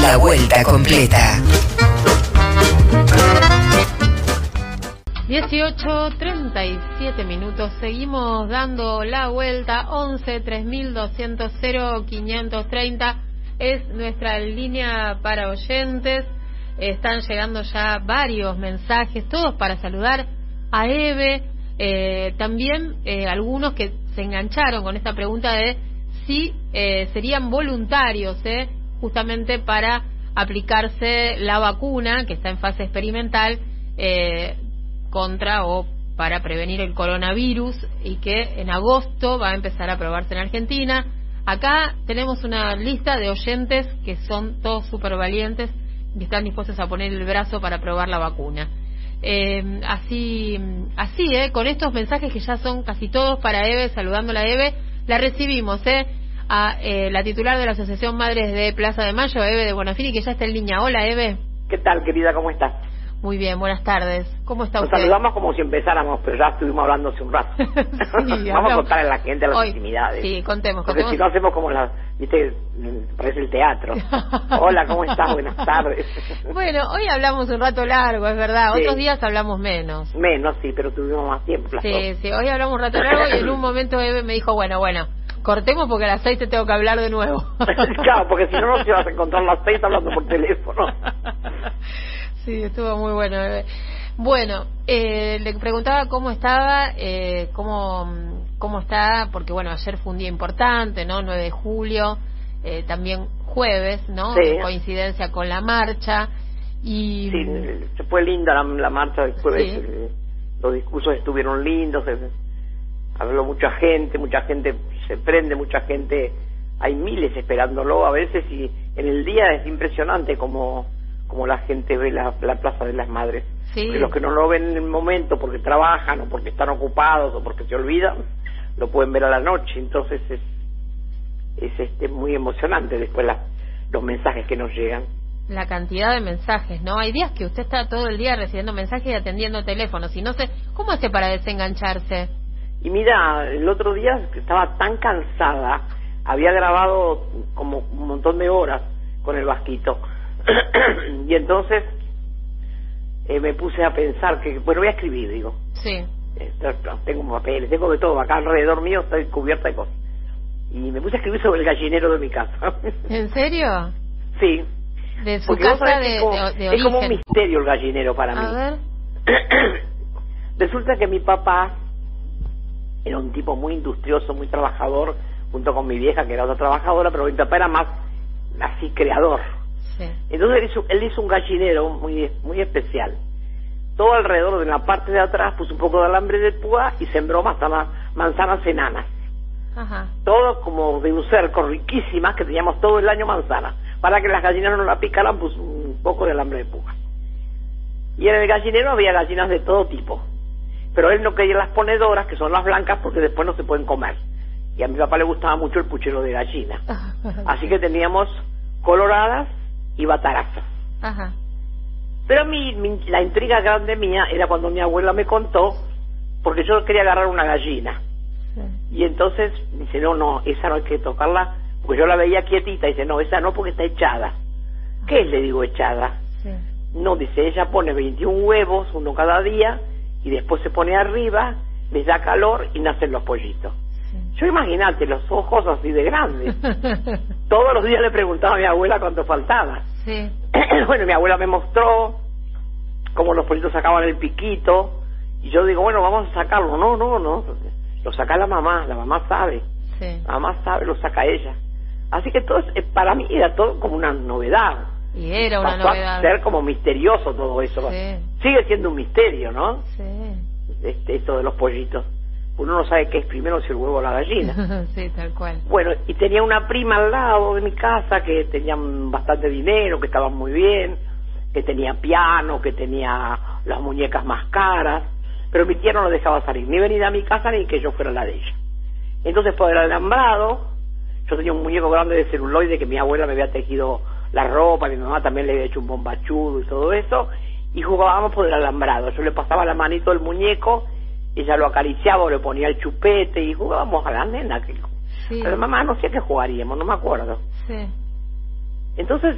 La vuelta completa. 18:37 minutos. Seguimos dando la vuelta. 11 3200 0530 es nuestra línea para oyentes. Están llegando ya varios mensajes, todos para saludar a Eve. También algunos que se engancharon con esta pregunta de si serían voluntarios justamente para aplicarse la vacuna que está en fase experimental contra o para prevenir el coronavirus, y que en agosto va a empezar a probarse en Argentina. Acá tenemos una lista de oyentes que son todos súper valientes y están dispuestos a poner el brazo para probar la vacuna. Así, con estos mensajes que ya son casi todos para Eve, saludándola a Eve, la recibimos a la titular de la Asociación Madres de Plaza de Mayo, Eve de Bonafini, que ya está en línea. Hola, Eve. ¿Qué tal, querida? ¿Cómo estás? Muy bien, buenas tardes. ¿Cómo está Nos usted? saludamos como si empezáramos, pero ya estuvimos hablando hace un rato. Sí, vamos a contarle a la gente las intimidades. Sí, contemos. Porque si no hacemos como viste, parece el teatro. Hola, ¿cómo estás? Buenas tardes. Bueno, hoy hablamos un rato largo, es verdad. Sí. Otros días hablamos menos. Menos, sí, pero tuvimos más tiempo. Sí, hoy hablamos un rato largo y en un momento Eve me dijo, bueno, cortemos porque a las 6 te tengo que hablar de nuevo. Claro, porque si no, no te vas a encontrar a las 6 hablando por teléfono. Sí, estuvo muy bueno, Eve. Bueno, le preguntaba cómo estaba, cómo está, porque bueno, ayer fue un día importante, ¿no? 9 de julio, también jueves, ¿no? Sí. Coincidencia con la marcha. Y sí, fue linda la marcha del jueves. Sí. Los discursos estuvieron lindos, habló mucha gente se prende, mucha gente, hay miles esperándolo a veces, y en el día es impresionante como la gente ve la Plaza de las Madres. Sí. Porque los que no lo ven en el momento porque trabajan o porque están ocupados o porque se olvidan, lo pueden ver a la noche. Entonces es muy emocionante después los mensajes que nos llegan. La cantidad de mensajes, ¿no? Hay días que usted está todo el día recibiendo mensajes y atendiendo teléfonos, y no sé, ¿cómo hace para desengancharse? Y mira, el otro día estaba tan cansada, había grabado como un montón de horas con el Vasquito, y entonces me puse a pensar que, bueno, voy a escribir, digo. Sí. Tengo papeles, tengo de todo, acá alrededor mío estoy cubierta de cosas. Y me puse a escribir sobre el gallinero de mi casa. ¿En serio? Sí. De su Porque casa de origen. Es como un misterio el gallinero para mí. A ver. Resulta que mi papá era un tipo muy industrioso, muy trabajador, junto con mi vieja, que era otra trabajadora, pero mi papá era más así creador. Sí. Entonces él hizo un gallinero muy especial. Todo alrededor de la parte de atrás puso un poco de alambre de púa y sembró manzanas enanas. Ajá. Todo como de un cerco, riquísimas, que teníamos todo el año manzanas. Para que las gallinas no la picaran, puso un poco de alambre de púa. Y en el gallinero había gallinas de todo tipo. Pero él no quería las ponedoras, que son las blancas, porque después no se pueden comer. Y a mi papá le gustaba mucho el puchero de gallina. Así que teníamos coloradas y batarazas. Ajá. Pero la intriga grande mía era cuando mi abuela me contó, porque yo quería agarrar una gallina. Sí. Y entonces dice, no, esa no hay que tocarla, porque yo la veía quietita. Dice, no, esa no, porque está echada. ¿Qué es? Le digo, echada. Sí. No, dice, ella pone 21 huevos, uno cada día, y después se pone arriba, les da calor y nacen los pollitos. Sí. Yo imagínate, los ojos así de grandes. Todos los días le preguntaba a mi abuela cuánto faltaba. Sí. Bueno, mi abuela me mostró cómo los pollitos sacaban el piquito, y yo digo, bueno, vamos a sacarlo. No, lo saca la mamá sabe. Sí. La mamá sabe, lo saca ella. Así que todo para mí era todo como una novedad. Y era una Pasó novedad. a ser como misterioso todo eso. Sí. Sigue siendo un misterio, ¿no? Sí. Esto de los pollitos. Uno no sabe qué es primero, si el huevo o la gallina. Sí, tal cual. Bueno, y tenía una prima al lado de mi casa que tenían bastante dinero, que estaban muy bien, que tenía piano, que tenía las muñecas más caras, pero mi tía no lo dejaba salir, ni venir a mi casa ni que yo fuera la de ella. Entonces, por el alambrado, yo tenía un muñeco grande de celuloide que mi abuela me había tejido la ropa, mi mamá también le había hecho un bombachudo y todo eso, y jugábamos por el alambrado. Yo le pasaba la manito al muñeco, ella lo acariciaba o le ponía el chupete y jugábamos a la nena. Sí. A la mamá no sé qué jugaríamos, no me acuerdo. Sí. Entonces,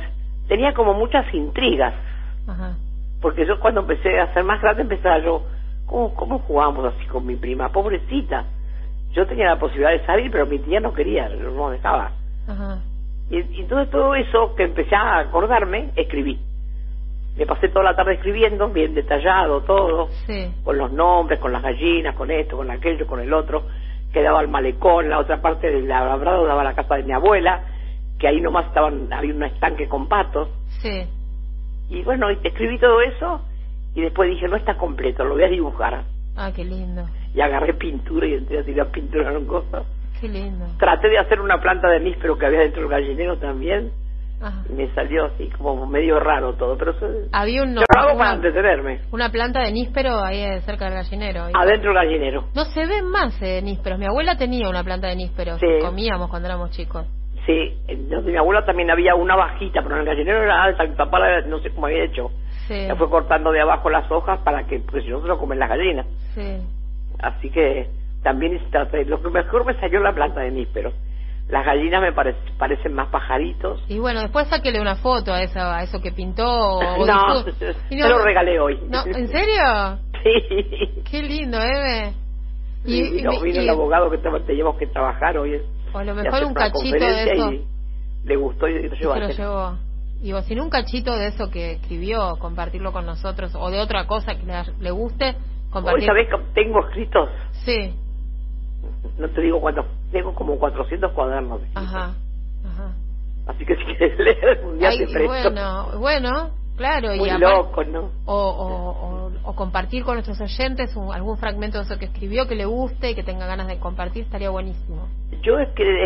tenía como muchas intrigas. Ajá. Porque yo cuando empecé a ser más grande empezaba yo, ¿cómo jugábamos así con mi prima? Pobrecita. Yo tenía la posibilidad de salir, pero mi tía no quería, no dejaba. Ajá. Y entonces todo eso que empecé a acordarme, escribí. Me pasé toda la tarde escribiendo, bien detallado todo, Sí. con los nombres, con las gallinas, con esto, con aquello, con el otro, que daba al malecón, la otra parte del labrado daba a la casa de mi abuela, que ahí nomás había un estanque con patos. Sí. Y bueno, escribí todo eso y después dije, no está completo, lo voy a dibujar. Ah, qué lindo. Y agarré pintura y entré a tirar pintura en un coso. Qué lindo. Traté de hacer una planta de níspero que había dentro del gallinero también. Ajá. Y me salió así como medio raro todo, pero Había yo lo hago para entretenerme. una planta de níspero ahí cerca del gallinero. Adentro del gallinero. No se ven más nísperos. Mi abuela tenía una planta de nísperos. Sí. Comíamos cuando éramos chicos. Sí, entonces mi abuela también había una bajita, pero en el gallinero era alta, mi papá no sé cómo había hecho. Sí. La fue cortando de abajo las hojas para que, porque si no se lo comen las gallinas. Sí. Así que también lo que mejor me salió la planta de níspero. Las gallinas me parecen más pajaritos. Y bueno, después sáquele una foto a eso que pintó. No, se lo regalé hoy. No, ¿en serio? Sí. Qué lindo, Eve. Vino el abogado que teníamos que trabajar hoy. O a lo mejor un cachito de eso. Y le gustó y lo llevó. Se lo llevó. Y vos, sin un cachito de eso que escribió, compartirlo con nosotros, o de otra cosa que le guste, compartirlo. ¿Sabés que tengo escritos? Sí. No te digo cuántos, tengo como 400 cuadernos. Ajá. Así que si quieres leer un día te presto. Bueno, claro. Muy y loco, ¿no? O compartir con nuestros oyentes algún fragmento de eso que escribió que le guste y que tenga ganas de compartir, estaría buenísimo. Yo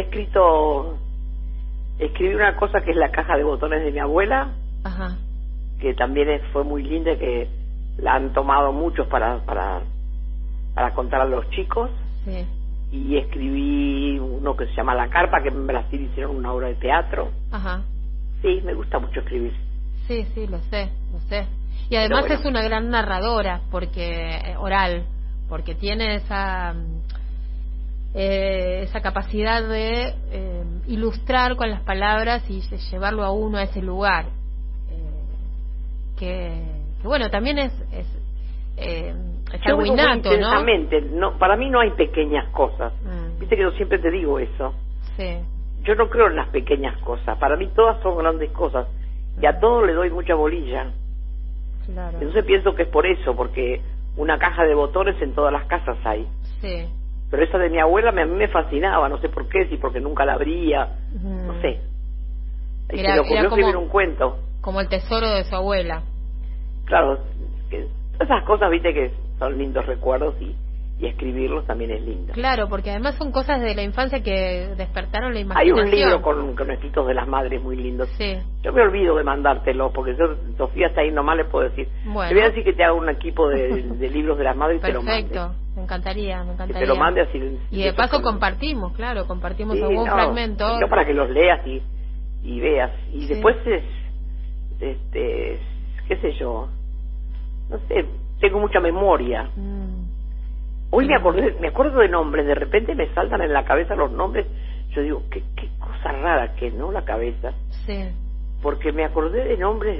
escribí una cosa que es la caja de botones de mi abuela. Ajá. Que también fue muy linda, que la han tomado muchos para contar a los chicos. Sí. Y escribí uno que se llama La Carpa, que en Brasil hicieron una obra de teatro. Ajá. Sí, me gusta mucho escribir. Sí, lo sé. Y además es una gran narradora, porque oral, porque tiene esa capacidad de ilustrar con las palabras y llevarlo a uno a ese lugar. Que bueno, también es algo innato, ¿no? Para mí no hay pequeñas cosas. Viste que yo siempre te digo eso. Sí. Yo no creo en las pequeñas cosas. Para mí todas son grandes cosas. Y a todo le doy mucha bolilla. Claro. Entonces pienso que es por eso, porque una caja de botones en todas las casas hay. Sí. Pero esa de mi abuela a mí me fascinaba, no sé por qué, si porque nunca la abría, no sé. Y se le ocurrió escribir un cuento. Como el tesoro de su abuela. Claro, esas cosas, viste, que son lindos recuerdos y escribirlos también es lindo. Claro, porque además son cosas de la infancia que despertaron la Hay imaginación. un libro con escritos de las madres muy lindos. Sí. Yo me olvido de mandártelo, porque yo, Sofía, está ahí nomás, le puedo decir. Bueno. Te voy a decir que te haga un equipo de libros de las madres y te lo mande. Perfecto, me encantaría. Que te lo mande así. Y de paso compartimos sí, algún fragmento. Yo para que los leas y veas. Y después qué sé yo, no sé, tengo mucha memoria. Hoy me acuerdo de nombres, de repente me saltan en la cabeza los nombres. Yo digo, qué cosa rara que no la cabeza. Sí. Porque me acordé de nombres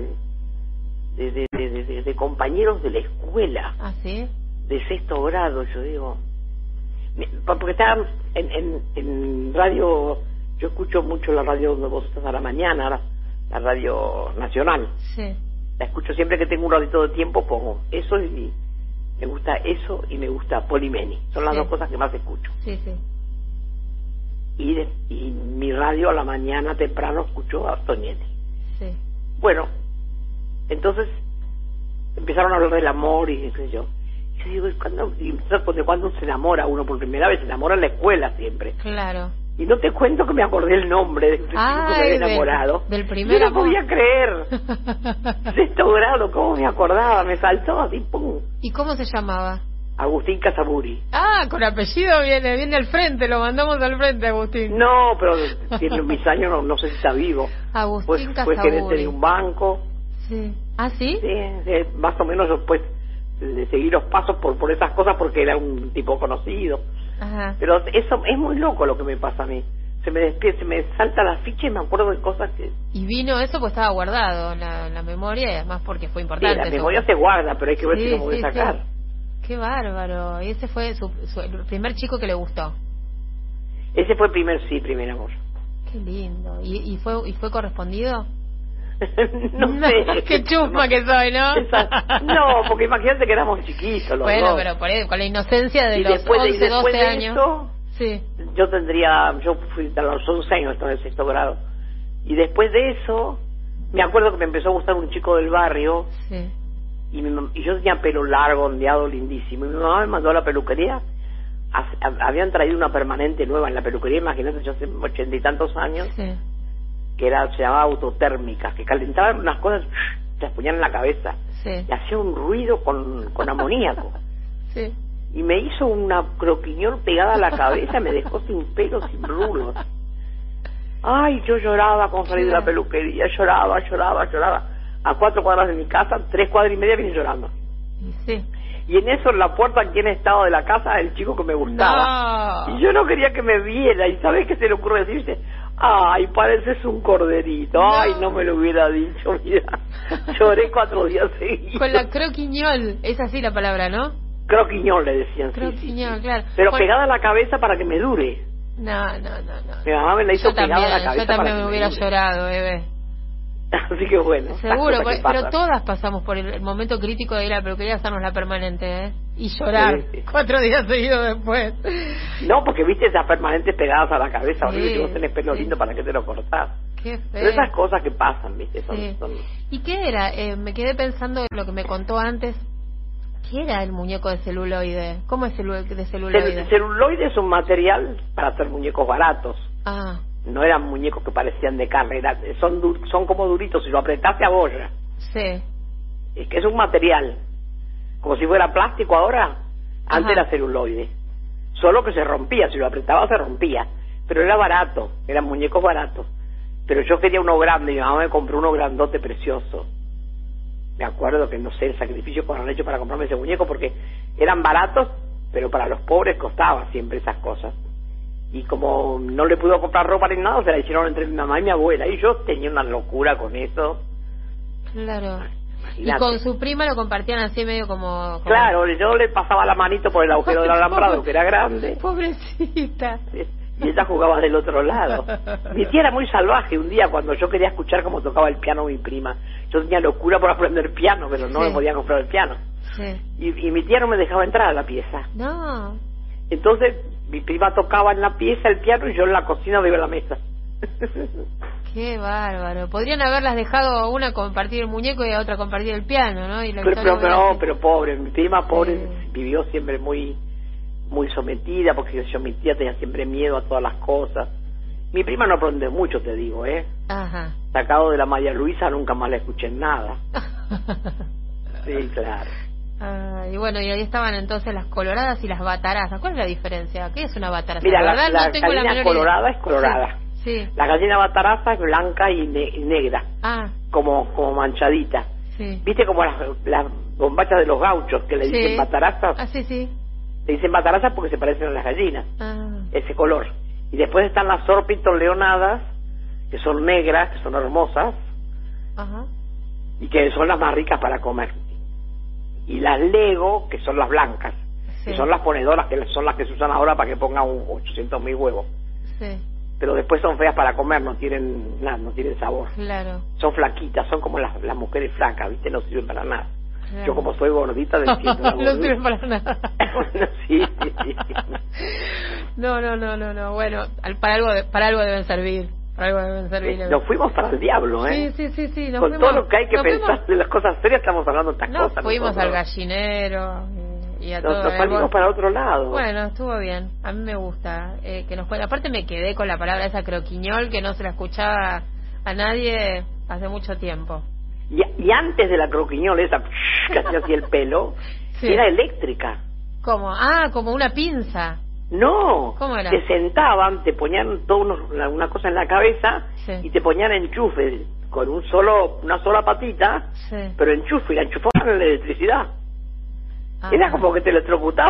de compañeros de la escuela. ¿Ah, sí? De sexto grado, yo digo. Porque estaba en radio, yo escucho mucho la radio donde vos estás a la mañana, la radio nacional. Sí. La escucho siempre que tengo un ratito de tiempo, pongo eso y me gusta eso y me gusta Polimeni. Son las dos cosas que más escucho. Sí. Y mi radio a la mañana temprano escucho a Tonietti. Sí. Bueno, entonces empezaron a hablar del amor y qué sé yo. Y yo digo, ¿cuándo se enamora uno por primera vez? Se enamora en la escuela siempre. Claro. Y no te cuento que me acordé el nombre del chico que me había enamorado. Del primer Yo no amor. podía creer. Sexto grado, ¿cómo me acordaba? Me saltó así, pum. ¿Y cómo se llamaba? Agustín Casaburi. Ah, con apellido viene al frente, lo mandamos al frente, Agustín. No, pero tiene mis años, no sé si está vivo. Agustín Casaburi. Fue gerente de un banco. Sí. ¿Ah, sí? Sí, más o menos después de seguir los pasos por esas cosas porque era un tipo conocido. Ajá. Pero eso es muy loco lo que me pasa a mí. se me salta la ficha y me acuerdo de cosas que... Y vino eso pues estaba guardado en la memoria y además porque fue importante. Sí, la memoria se guarda, pero hay que ver si lo voy a sacar. Sí. Qué bárbaro. Y ese fue el primer chico que le gustó. Ese fue el primer amor. Qué lindo. ¿Y fue correspondido? No sé. Qué chusma que soy, ¿no? No, porque imagínate que éramos chiquitos los dos. Pero con la inocencia de los 11, 12 años. Eso, sí. Yo fui a los 11 años, estaba en el 6º grado. Y después de eso, me acuerdo que me empezó a gustar un chico del barrio. Sí. Y yo tenía pelo largo, ondeado, lindísimo. Y mi mamá me mandó a la peluquería. Habían traído una permanente nueva en la peluquería, imagínate, yo hace 80 y tantos años. Sí. Que se llamaba autotérmica, que calentaban unas cosas, te las ponían en la cabeza. Sí. Y hacía un ruido con amoníaco. Sí. Y me hizo una croquiñol pegada a la cabeza, me dejó sin pelos, sin rulos. Ay, yo lloraba con salir de la peluquería, lloraba. A 4 cuadras de mi casa, 3 cuadras y media vine llorando. Sí. Y en eso, en la puerta, aquí en estado de la casa, el chico que me gustaba. No. Y yo no quería que me viera. ¿Y sabes qué se le ocurre decirse? Ay, pareces un corderito. No. Ay, no me lo hubiera dicho, mira. Lloré 4 días seguidos. Con la croquiñol, es así la palabra, ¿no? Croquiñol le decían. Croquiñol, sí. Claro. Pero pegada a la cabeza para que me dure. No. Mi mamá me la hizo pegada a la cabeza. Yo también me hubiera llorado, bebé. Así que bueno. Seguro, pero todas pasamos por el momento crítico de ir a la peluquería a hacernos la permanente, y llorar 4 días seguidos después. No, porque viste esas permanentes pegadas a la cabeza, horrible, si vos tenés pelo lindo, ¿para qué te lo cortás? Qué feo. Pero esas cosas que pasan, viste, son... ¿Y qué era? Me quedé pensando en lo que me contó antes. ¿Qué era el muñeco de celuloide? ¿Cómo es el de celuloide? El celuloide es un material para hacer muñecos baratos. Ah. No eran muñecos que parecían de carne, son como duritos, si lo apretás se abolla. Sí. Es que es un material, como si fuera plástico ahora, antes era celuloide. Solo que se rompía, si lo apretaba se rompía, pero era barato, eran muñecos baratos. Pero yo quería uno grande, y mi mamá me compró uno grandote precioso. Me acuerdo que, no sé, el sacrificio que han hecho para comprarme ese muñeco, porque eran baratos, pero para los pobres costaba siempre esas cosas. Y como no le pudo comprar ropa ni nada, se la hicieron entre mi mamá y mi abuela. Y yo tenía una locura con eso. Claro. Imagínate. Y con su prima lo compartían así medio como... Claro, yo le pasaba la manito por el agujero del alambrado, que era grande. Pobrecita. Y ella jugaba del otro lado. Mi tía era muy salvaje. Un día, cuando yo quería escuchar cómo tocaba el piano mi prima, yo tenía locura por aprender piano, pero no me podía comprar el piano. Sí. Y mi tía no me dejaba entrar a la pieza. No. Entonces mi prima tocaba en la pieza el piano y yo en la cocina arriba de la mesa. Qué bárbaro. Podrían haberlas dejado a una compartir el muñeco y a otra compartir el piano, ¿no? Y pero pobre, mi prima pobre vivió siempre muy sometida, porque mi tía tenía siempre miedo a todas las cosas. Mi prima no aprendió mucho, te digo, Ajá. Sacado de la María Luisa nunca más la escuché en nada. Sí, claro. Y bueno, y ahí estaban entonces las coloradas y las batarazas. ¿Cuál es la diferencia? ¿Qué es una bataraza? Mira, la gallina colorada es colorada. Sí. La gallina bataraza es blanca y negra. Como manchadita. Sí. ¿Viste como las bombachas de los gauchos que le dicen batarazas? Sí. Le dicen batarazas porque se parecen a las gallinas. Ese color. Y después están las sorpitos leonadas, que son negras, que son hermosas. Ajá. Y que son las más ricas para comer. Y las Lego, que son las blancas, que son las ponedoras, que son las que se usan ahora para que pongan 800.000 huevos. Sí. Pero después son feas para comer, no tienen nada, no tienen sabor. Claro. Son flaquitas, son como las mujeres flacas, ¿viste? No sirven para nada. Claro. Yo como soy gordita, defiendo la gordura. No sirven para nada. Sí. No. Bueno, para algo deben servir. Nos fuimos para el diablo, Sí. Con todo lo que hay que pensar de las cosas serias, estamos hablando de estas cosas. Fuimos al gallinero y a todo. Nos salimos para otro lado. Bueno, estuvo bien. A mí me gusta que nos cuente. Aparte me quedé con la palabra esa croquiñol, que no se la escuchaba a nadie hace mucho tiempo. Y antes de la croquiñol esa que hacía así el pelo, era eléctrica. ¿Cómo? Como una pinza. No, ¿cómo era? Te sentaban, te ponían una cosa en la cabeza y te ponían enchufe con una sola patita, pero enchufe, y la enchufaban en la electricidad. Era como que te electrocutaban.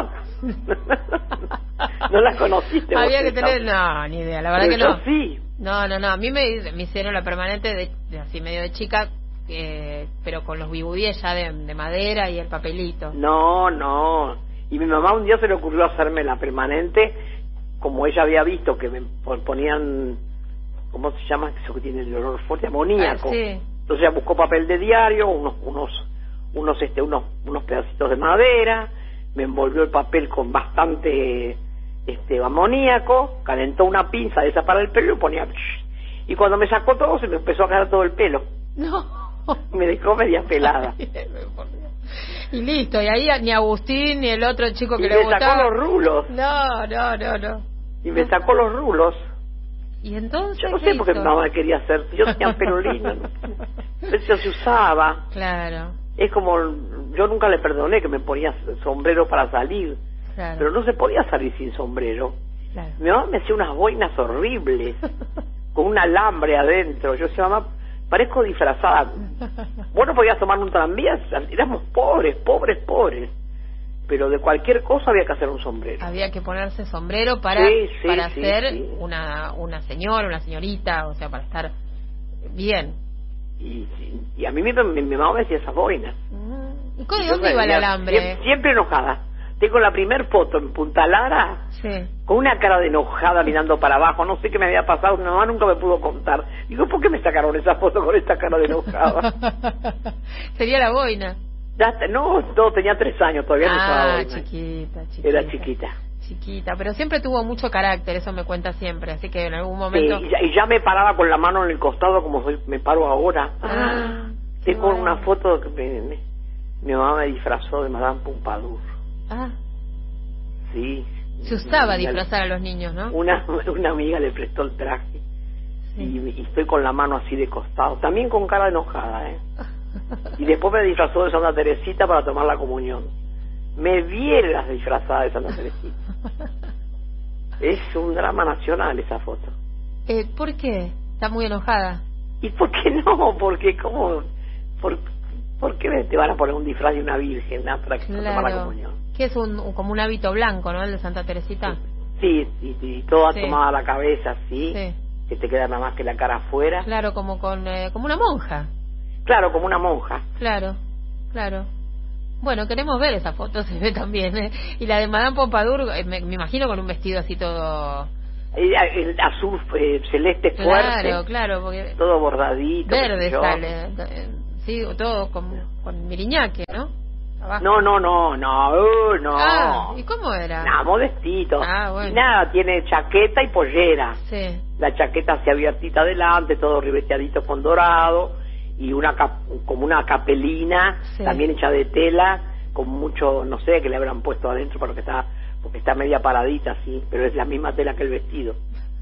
¿No la conociste? Había que tener... No, ni idea, la verdad pero que no. Yo sí. No, a mí me hicieron la permanente de así medio de chica, pero con los bibudíes ya de madera y el papelito. No. Y mi mamá un día se le ocurrió hacerme la permanente, como ella había visto que me ponían, ¿cómo se llama eso que tiene el olor fuerte? Amoníaco. Sí. Entonces ella buscó papel de diario, unos pedacitos de madera, me envolvió el papel con bastante amoníaco, calentó una pinza de esa para el pelo y ponía... Y cuando me sacó todo, se me empezó a caer todo el pelo. No. Me dejó media pelada. Y listo, y ahí ni Agustín ni el otro chico que y le me gustaba. Sacó los rulos. No. Y me sacó los rulos. ¿Y entonces yo no sé por qué mi mamá quería hacer. Yo tenía un pelo lindo. Eso se usaba. Claro. Es como, yo nunca le perdoné que me ponía sombrero para salir. Claro. Pero no se podía salir sin sombrero. Claro. Mi mamá me hacía unas boinas horribles, con un alambre adentro. Yo decía, mamá, parezco disfrazada. Vos no podías tomar un tranvía, éramos pobres. Pero de cualquier cosa había que hacer un sombrero. Había que ponerse sombrero para ser una señora, una señorita, o sea, para estar bien. Y a mí mi mamá me hacía esas boinas. ¿Y dónde iba el alambre? Siempre enojada. Tengo la primer foto en Punta Lara, con una cara de enojada mirando para abajo. No sé qué me había pasado, mi mamá nunca me pudo contar. Digo, ¿por qué me sacaron esa foto con esta cara de enojada? Sería la boina. No, tenía 3 años, todavía no estaba boina. Chiquita. Era chiquita, pero siempre tuvo mucho carácter, eso me cuenta siempre, así que en algún momento... y ya me paraba con la mano en el costado como me paro ahora. Tengo una foto que mi mamá me disfrazó de Madame Pompadour. Sí. Se usaba disfrazar a los niños, ¿no? Una amiga le prestó el traje. Y estoy con la mano así de costado, también con cara enojada, Y después me disfrazó de Santa Teresita para tomar la comunión. Me vieras disfrazada de Santa Teresita. Es un drama nacional esa foto. ¿Por qué? ¿Está muy enojada? ¿Y por qué no? Porque ¿por qué te van a poner un disfraz de una virgen para tomar la comunión? Que es como un hábito blanco, ¿no? El de Santa Teresita. Sí, toda tomada a la cabeza, así, que te queda nada más que la cara afuera. Claro, como una monja. Claro, como una monja. Claro. Bueno, queremos ver esa foto, se ve también, Y la de Madame Pompadour, me imagino con un vestido así todo... El azul celeste fuerte. Claro, porque... Todo bordadito. Verde sale, sí, todo con miriñaque, ¿no? Abajo. No. ¿Y cómo era? Nada, modestito. Bueno. Y nada, tiene chaqueta y pollera. Sí. La chaqueta así abiertita adelante, todo ribeteadito con dorado, y como una capelina, también hecha de tela, con mucho, no sé, que le habrán puesto adentro porque está media paradita así, pero es la misma tela que el vestido.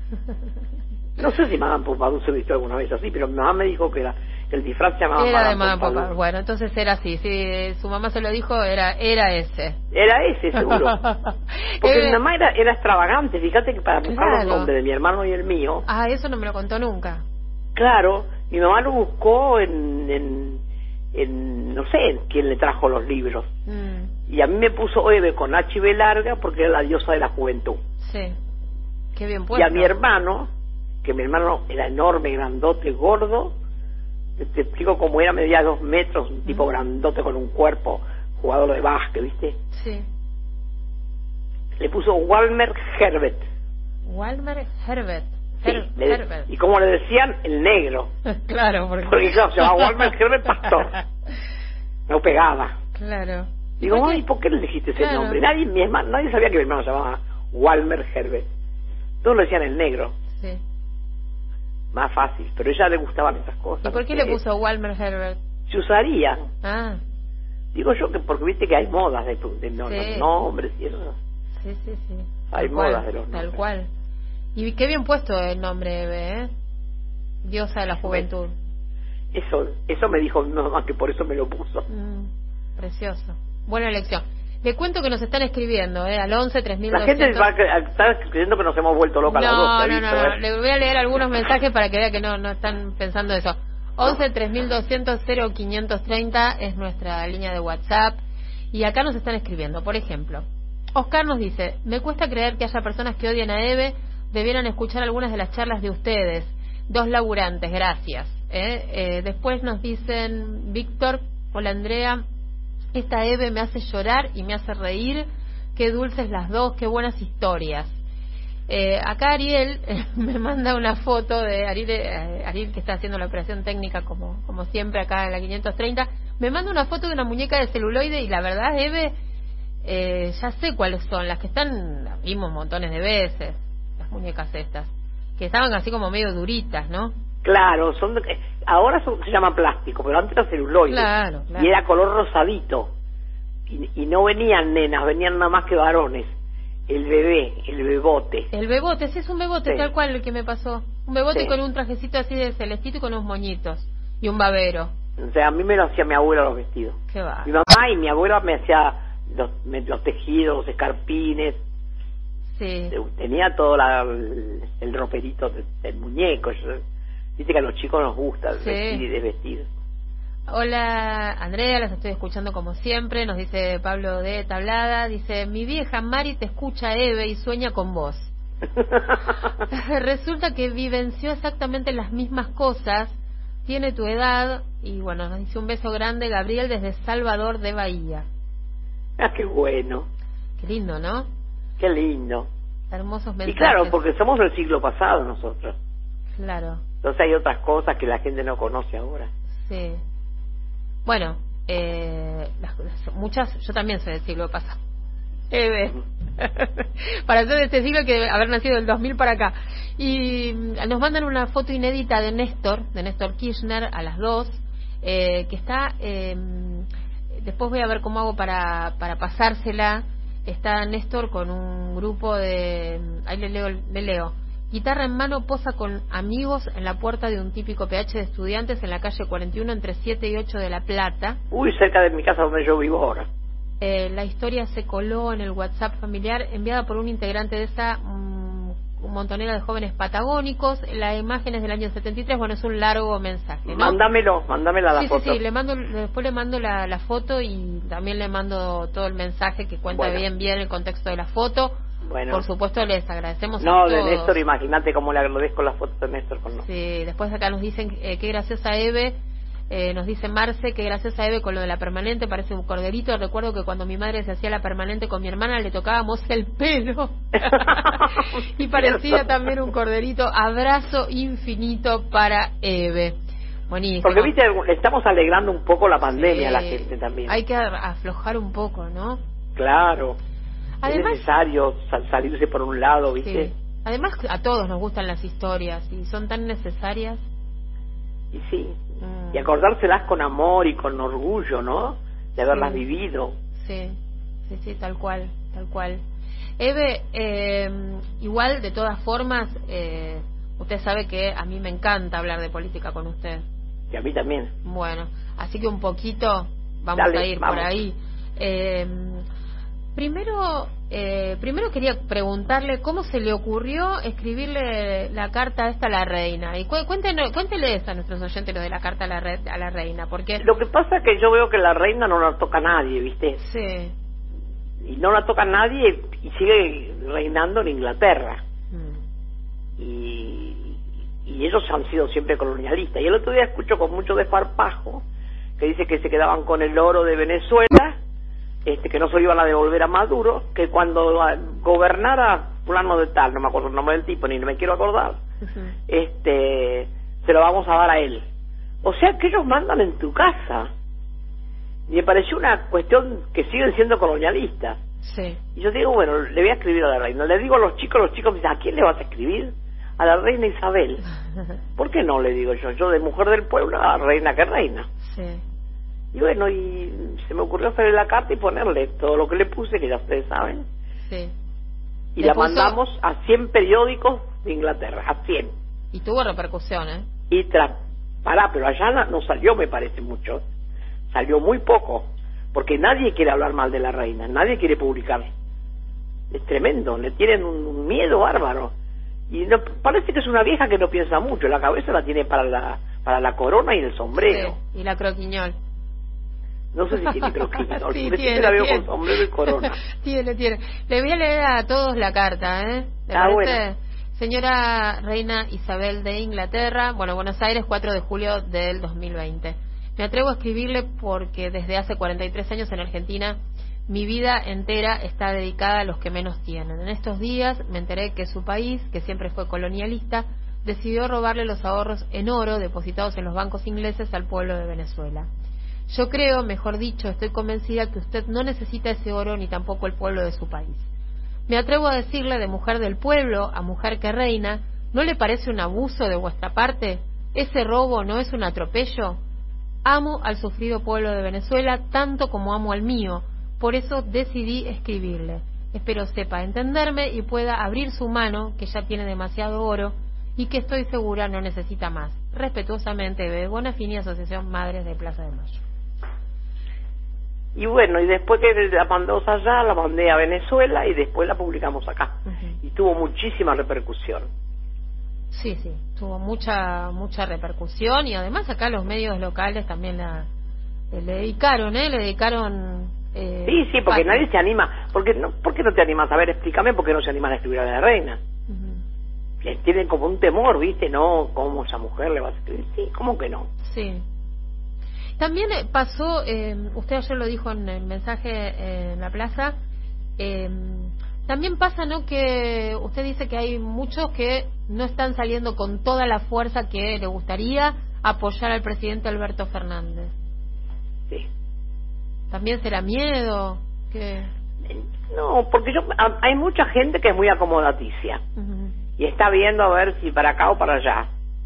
No sé si Madame Pompadour se vistió alguna vez así, pero mi mamá me dijo que el disfraz se llamaba Era de Madame Pompadour. Bueno, entonces era así. Si su mamá se lo dijo, era ese. Era ese, seguro. Porque mi mamá era extravagante. Fíjate que para buscar los nombres de mi hermano y el mío... eso no me lo contó nunca. Claro, mi mamá lo buscó en no sé quién le trajo los libros. Y a mí me puso Eve con H y B larga porque era la diosa de la juventud. Sí. Qué bien puesto. Y a mi hermano, que mi hermano era enorme, grandote, gordo, te explico cómo era, medía 2 metros, un tipo grandote con un cuerpo, jugador de básquet, ¿viste? Sí. Le puso Walmer Herbert. Walmer Herbert. Herbert. Y como le decían, el negro. Claro, porque claro, se llamaba Walmer Herbert Pastor. No pegaba. Claro. Digo, ¿por qué le dijiste ese nombre? Nadie sabía que mi hermano se llamaba Walmer Herbert. Todos le decían el negro. Sí. Más fácil, pero a ella le gustaban esas cosas. ¿Y por qué le puso Walmer Herbert? Se usaría. Digo yo que porque viste que hay modas de los nombres y eso. Sí. Hay modas de los nombres. Tal cual. Y qué bien puesto el nombre, Eve, Diosa de la juventud. Eso me dijo mi mamá, que por eso me lo puso. Precioso. Buena elección. Le cuento que nos están escribiendo, al 11 3200. La gente está creyendo que nos hemos vuelto locas las dos. No. Le voy a leer algunos mensajes para que vea que no están pensando eso. 11 3200 0530 es nuestra línea de WhatsApp. Y acá nos están escribiendo, por ejemplo, Oscar nos dice, me cuesta creer que haya personas que odian a Eve, debieran escuchar algunas de las charlas de ustedes, 2 laburantes, gracias. Después nos dicen, Víctor, hola Andrea, esta Eve me hace llorar y me hace reír, qué dulces las dos, qué buenas historias. Acá Ariel me manda una foto de Ariel que está haciendo la operación técnica como siempre acá en la 530, me manda una foto de una muñeca de celuloide y la verdad, Eve, ya sé cuáles son, las que están, las vimos montones de veces, las muñecas estas, que estaban así como medio duritas, ¿no? Claro, ahora se llama plástico, pero antes era celuloide. Claro. Y era color rosadito. Y no venían nenas, venían nada más que varones. El bebote. El bebote, sí, es un bebote, sí. Tal cual el que me pasó. Un bebote, sí. Con un trajecito así de celestito y con unos moñitos. Y un babero. O sea, a mí me lo hacía mi abuela los vestidos. Qué va. Mi mamá y mi abuela me hacía los tejidos, los escarpines. Sí. Tenía todo el roperito del muñeco. Viste que a los chicos nos gusta vestir y desvestir. Hola Andrea, las estoy escuchando como siempre. Nos dice Pablo de Tablada, dice, mi vieja Mari te escucha Eve y sueña con vos. Resulta que vivenció exactamente las mismas cosas, tiene tu edad. Y bueno, nos dice un beso grande Gabriel desde Salvador de Bahía. Ah, qué bueno. Qué lindo, ¿no? Qué lindo. Hermosos mensajes. Y claro, porque somos del siglo pasado nosotros. Claro. Entonces hay otras cosas que la gente no conoce ahora. Sí. Bueno, muchas, yo también soy del siglo pasado. Para ser de este siglo que haber nacido del 2000 para acá. Y nos mandan una foto inédita de Néstor Kirchner a las 2, que está, después voy a ver cómo hago para pasársela. Está Néstor con un grupo de, ahí le leo. Guitarra en mano posa con amigos en la puerta de un típico PH de estudiantes en la calle 41 entre 7 y 8 de La Plata. Uy, cerca de mi casa donde yo vivo ahora. La historia se coló en el WhatsApp familiar enviada por un integrante de esa montonera de jóvenes patagónicos. La imagen es del año 73, bueno, es un largo mensaje, ¿no? Mándamela la foto. Sí, después le mando la foto y también le mando todo el mensaje que cuenta bien el contexto de la foto. Bueno. Por supuesto les agradecemos a todos. De Néstor, imagínate cómo le agradezco las fotos de Néstor con nosotros. Sí, después acá nos dicen qué graciosa Eve, nos dice Marce, qué graciosa Eve con lo de la permanente, parece un corderito. Recuerdo que cuando mi madre se hacía la permanente con mi hermana le tocábamos el pelo y parecía también un corderito. Abrazo infinito para Eve. Buenísimo. Porque viste, estamos alegrando un poco la pandemia a la gente también. Hay que aflojar un poco, ¿no? Claro. Además, es necesario salirse por un lado, ¿viste? Sí. Además, a todos nos gustan las historias y son tan necesarias. Y sí, y acordárselas con amor y con orgullo, ¿no? De haberlas vivido. Sí, tal cual. Eve, igual, de todas formas, usted sabe que a mí me encanta hablar de política con usted. Y a mí también. Bueno, así que un poquito vamos a ir por ahí. Primero quería preguntarle cómo se le ocurrió escribirle la carta esta a la reina. Y cuénteles a nuestros oyentes lo de la carta a la reina, porque lo que pasa es que yo veo que la reina no la toca a nadie, ¿viste? Sí. Y no la toca a nadie y sigue reinando en Inglaterra. Y ellos han sido siempre colonialistas. Y el otro día escucho con mucho desparpajo que dice que se quedaban con el oro de Venezuela, que no se lo iban a devolver a Maduro, que cuando gobernara fulano de tal, no me acuerdo el nombre del tipo, ni me quiero acordar, se lo vamos a dar a él. O sea que ellos mandan en tu casa. Y me pareció una cuestión que siguen siendo colonialistas. Sí. Y yo digo, bueno, le voy a escribir a la reina. Le digo a los chicos me dicen, ¿a quién le vas a escribir? A la reina Isabel. ¿Por qué no? Le digo yo de mujer del pueblo a reina que reina. Sí. Y bueno, y se me ocurrió hacerle la carta y ponerle todo lo que le puse, que ya ustedes saben. Sí. Y la mandamos a 100 periódicos de Inglaterra, a 100. Y tuvo repercusión, ¿eh? Y pero allá no salió, me parece, mucho. Salió muy poco, porque nadie quiere hablar mal de la reina, nadie quiere publicar. Es tremendo, le tienen un miedo bárbaro. Y parece que es una vieja que no piensa mucho, la cabeza la tiene para la corona y el sombrero. Sí, y la croquiñol. No sé si tiene microquímica. Sí, tiene, la veo con sombrero y corona. Tiene. Le voy a leer a todos la carta, ¿eh? ¿Le parece? Bueno. Señora Reina Isabel de Inglaterra, Buenos Aires, 4 de julio del 2020. Me atrevo a escribirle porque desde hace 43 años en Argentina mi vida entera está dedicada a los que menos tienen. En estos días me enteré que su país, que siempre fue colonialista, decidió robarle los ahorros en oro depositados en los bancos ingleses al pueblo de Venezuela. Yo creo, mejor dicho, estoy convencida que usted no necesita ese oro ni tampoco el pueblo de su país. Me atrevo a decirle de mujer del pueblo a mujer que reina, ¿no le parece un abuso de vuestra parte? ¿Ese robo no es un atropello? Amo al sufrido pueblo de Venezuela tanto como amo al mío, por eso decidí escribirle. Espero sepa entenderme y pueda abrir su mano, que ya tiene demasiado oro, y que estoy segura no necesita más. Respetuosamente, Bebe Bonafini, Asociación Madres de Plaza de Mayo. Y bueno, y después que la mandó allá, la mandé a Venezuela y después la publicamos acá. Y tuvo muchísima repercusión. Sí, tuvo mucha repercusión y además acá los medios locales también le dedicaron, sí, porque nadie se anima. ¿Por qué no te animas? A ver, explícame por qué no se animan a escribir a la reina. Tienen como un temor, ¿viste? No, ¿cómo esa mujer le va a escribir? Sí, ¿cómo que no? Sí. También pasó, usted ayer lo dijo en el mensaje en la plaza, también pasa, ¿no?, que usted dice que hay muchos que no están saliendo con toda la fuerza que le gustaría apoyar al presidente Alberto Fernández. Sí. ¿También será miedo? ¿Qué? No, porque hay mucha gente que es muy acomodaticia y está viendo a ver si para acá o para allá.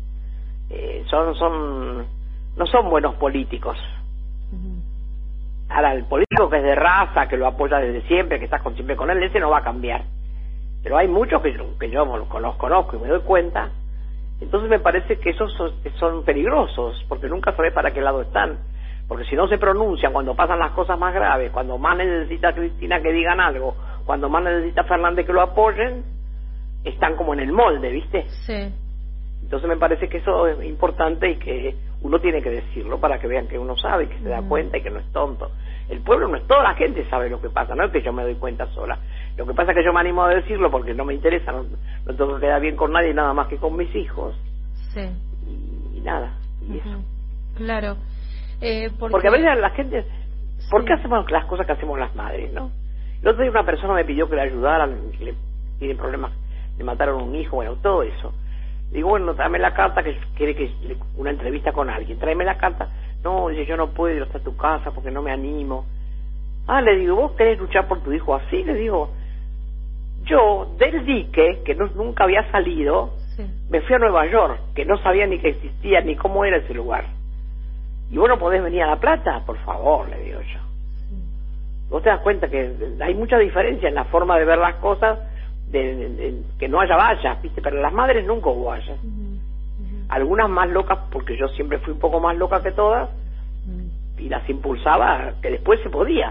No son buenos políticos. Ahora, el político que es de raza, que lo apoya desde siempre, que está siempre con él, ese no va a cambiar. Pero hay muchos que yo los conozco y me doy cuenta. Entonces me parece que esos son peligrosos, porque nunca sabes para qué lado están. Porque si no se pronuncian cuando pasan las cosas más graves, cuando más necesita Cristina que digan algo, cuando más necesita Fernández que lo apoyen, están como en el molde, ¿viste? Sí. Entonces me parece que eso es importante y que uno tiene que decirlo para que vean que uno sabe, que se da cuenta y que no es tonto. El pueblo no es, toda la gente sabe lo que pasa, no es que yo me doy cuenta sola. Lo que pasa es que yo me animo a decirlo porque no me interesa, no tengo que quedar bien con nadie nada más que con mis hijos. Sí. Y nada, y eso. Claro. Porque a veces la gente, ¿por qué hacemos las cosas que hacemos las madres, no? El otro día una persona me pidió que le ayudaran, que le tienen problemas, le mataron un hijo, bueno, todo eso. Digo, bueno, tráeme la carta, que quiere una entrevista con alguien, tráeme la carta. No, dice, yo no puedo ir hasta tu casa porque no me animo. Ah, le digo, ¿vos querés luchar por tu hijo así? Le digo, yo del dique, que nunca había salido, me fui a Nueva York, que no sabía ni que existía, ni cómo era ese lugar. ¿Y vos no podés venir a La Plata? Por favor, le digo yo. Vos te das cuenta que hay mucha diferencia en la forma de ver las cosas, que no haya vallas, ¿viste? Pero las madres nunca hubo vallas. Algunas más locas, porque yo siempre fui un poco más loca que todas, y las impulsaba que después se podía.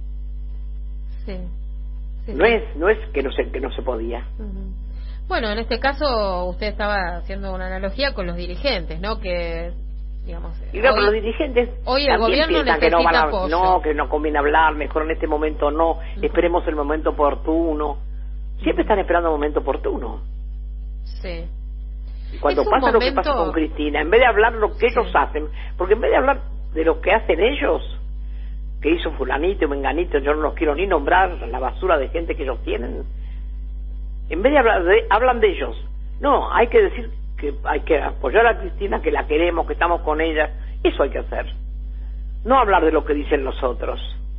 No es que no se podía. Bueno, en este caso usted estaba haciendo una analogía con los dirigentes, ¿no? Que digamos, y claro, los dirigentes hoy el gobierno necesita que no apoyo. Que no conviene hablar, mejor en este momento no, esperemos el momento oportuno. Siempre están esperando el momento oportuno. Sí. Y cuando pasa lo que pasa con Cristina, en vez de hablar lo que ellos hacen, porque en vez de hablar de lo que hacen ellos, que hizo fulanito y menganito, yo no los quiero ni nombrar, la basura de gente que ellos tienen, en vez de hablar hablan de ellos. No, hay que decir que hay que apoyar a Cristina, que la queremos, que estamos con ella, eso hay que hacer. No hablar de lo que dicen los otros.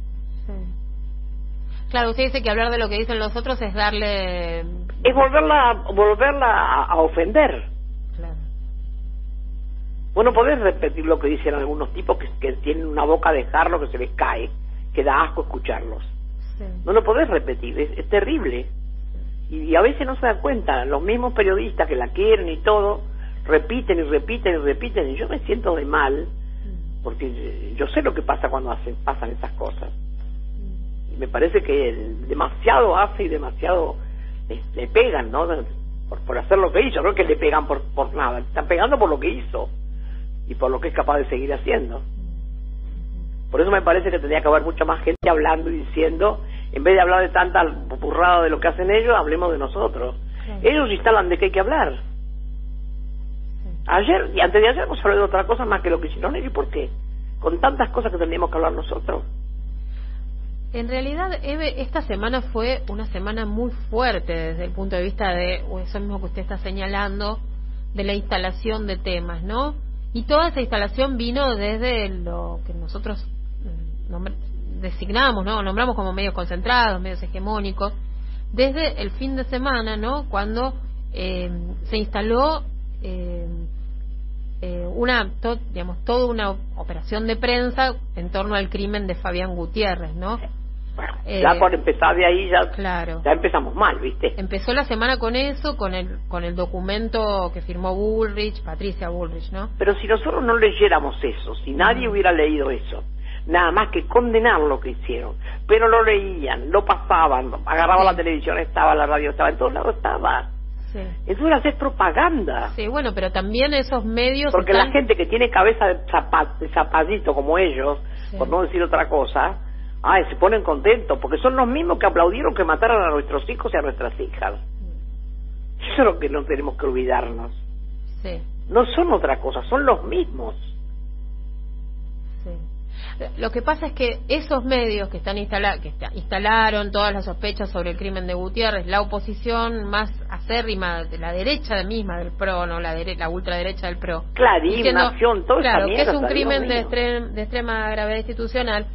Claro, usted dice que hablar de lo que dicen los otros es darle... Es volverla a ofender. Claro. Vos no podés repetir lo que dicen algunos tipos que tienen una boca de jarro que se les cae, que da asco escucharlos. No lo podés repetir, es terrible. Y a veces no se da cuenta, los mismos periodistas que la quieren y todo, repiten y repiten y repiten, y yo me siento de mal, porque yo sé lo que pasa cuando pasan esas cosas. Me parece que demasiado hace y demasiado le pegan, ¿no? Por hacer lo que hizo. No es que le pegan por nada, están pegando por lo que hizo y por lo que es capaz de seguir haciendo. Por eso me parece que tendría que haber mucha más gente hablando y diciendo, en vez de hablar de tanta burrada de lo que hacen ellos, hablemos de nosotros. Claro. Ellos instalan de qué hay que hablar. Sí. Ayer y antes de ayer hemos hablado de otra cosa más que lo que hicieron ellos. ¿Y por qué? Con tantas cosas que tendríamos que hablar nosotros. En realidad, Eve, esta semana fue una semana muy fuerte desde el punto de vista de eso mismo que usted está señalando, de la instalación de temas, ¿no? Y toda esa instalación vino desde lo que nosotros designamos, ¿no? Nombramos como medios concentrados, medios hegemónicos, desde el fin de semana, ¿no? Cuando se instaló toda una operación de prensa en torno al crimen de Fabián Gutiérrez, ¿no? Bueno, ya por empezar de ahí claro. Ya empezamos mal, ¿viste? Empezó la semana con eso, con el documento que firmó Bullrich, Patricia Bullrich, ¿no? Pero si nosotros no leyéramos eso, si nadie hubiera leído eso, nada más que condenar lo que hicieron, pero lo leían, lo pasaban, agarraban la televisión, estaba la radio, estaba en todos lados, estaba. Sí. Eso era hacer propaganda. Sí, bueno, pero también esos medios porque la gente que tiene cabeza de zapatito como ellos, sí, por no decir otra cosa, se ponen contentos, porque son los mismos que aplaudieron que mataran a nuestros hijos y a nuestras hijas. Eso es lo que no tenemos que olvidarnos. Sí. No son otra cosa, son los mismos. Sí. Lo que pasa es que esos medios que instalaron todas las sospechas sobre el crimen de Gutiérrez, la oposición más acérrima de la derecha misma del PRO, no la ultraderecha del PRO, Clarín, Nación, todo claro, esa mierda, que es un crimen de extrema gravedad institucional,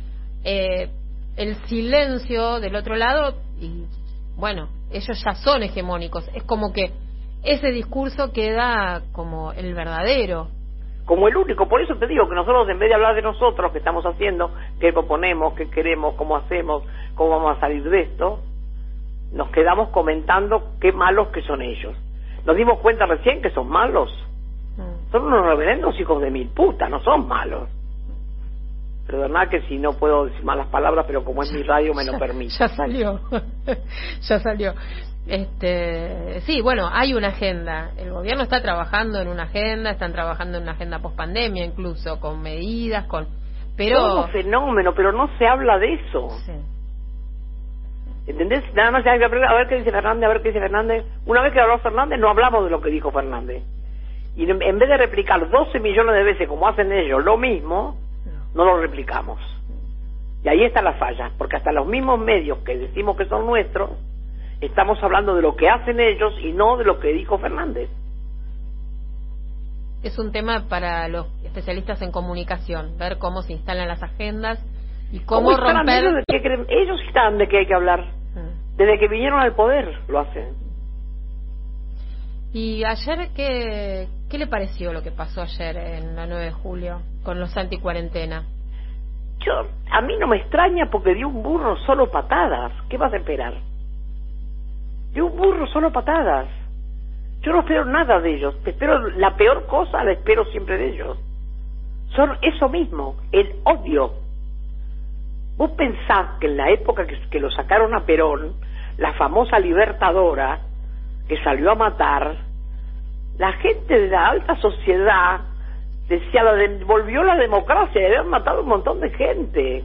el silencio del otro lado, y bueno, ellos ya son hegemónicos, es como que ese discurso queda como el verdadero, como el único. Por eso te digo que nosotros, en vez de hablar de nosotros, qué estamos haciendo, qué proponemos, qué queremos, cómo hacemos, cómo vamos a salir de esto, nos quedamos comentando qué malos que son ellos. Nos dimos cuenta recién que son malos. Son unos reverendos hijos de mil putas, no son malos. Perdonad que si no puedo decir malas palabras, pero como es mi radio me lo permite. Ya salió. Ya salió. Sí, bueno, hay una agenda. El gobierno está trabajando en una agenda, están trabajando en una agenda pospandemia incluso, con medidas, pero... Todo fenómeno, pero no se habla de eso. Sí. ¿Entendés? Nada más hay que a ver qué dice Fernández, a ver qué dice Fernández. Una vez que habló Fernández, no hablamos de lo que dijo Fernández. Y en vez de replicar 12 millones de veces como hacen ellos lo mismo, no lo replicamos. Y ahí está la falla, porque hasta los mismos medios que decimos que son nuestros, estamos hablando de lo que hacen ellos y no de lo que dijo Fernández. Es un tema para los especialistas en comunicación, ver cómo se instalan las agendas y cómo romper... Ellos están de qué hay que hablar. Desde que vinieron al poder lo hacen. ¿Y ayer qué le pareció lo que pasó ayer en la 9 de julio con los anticuarentena? A mí no me extraña porque dio un burro solo patadas. ¿Qué vas a esperar? Dio un burro solo patadas. Yo no espero nada de ellos. La peor cosa la espero siempre de ellos. Son eso mismo, el odio. Vos pensás que en la época que lo sacaron a Perón, la famosa libertadora que salió a matar, la gente de la alta sociedad decía, volvió la democracia, y habían matado un montón de gente.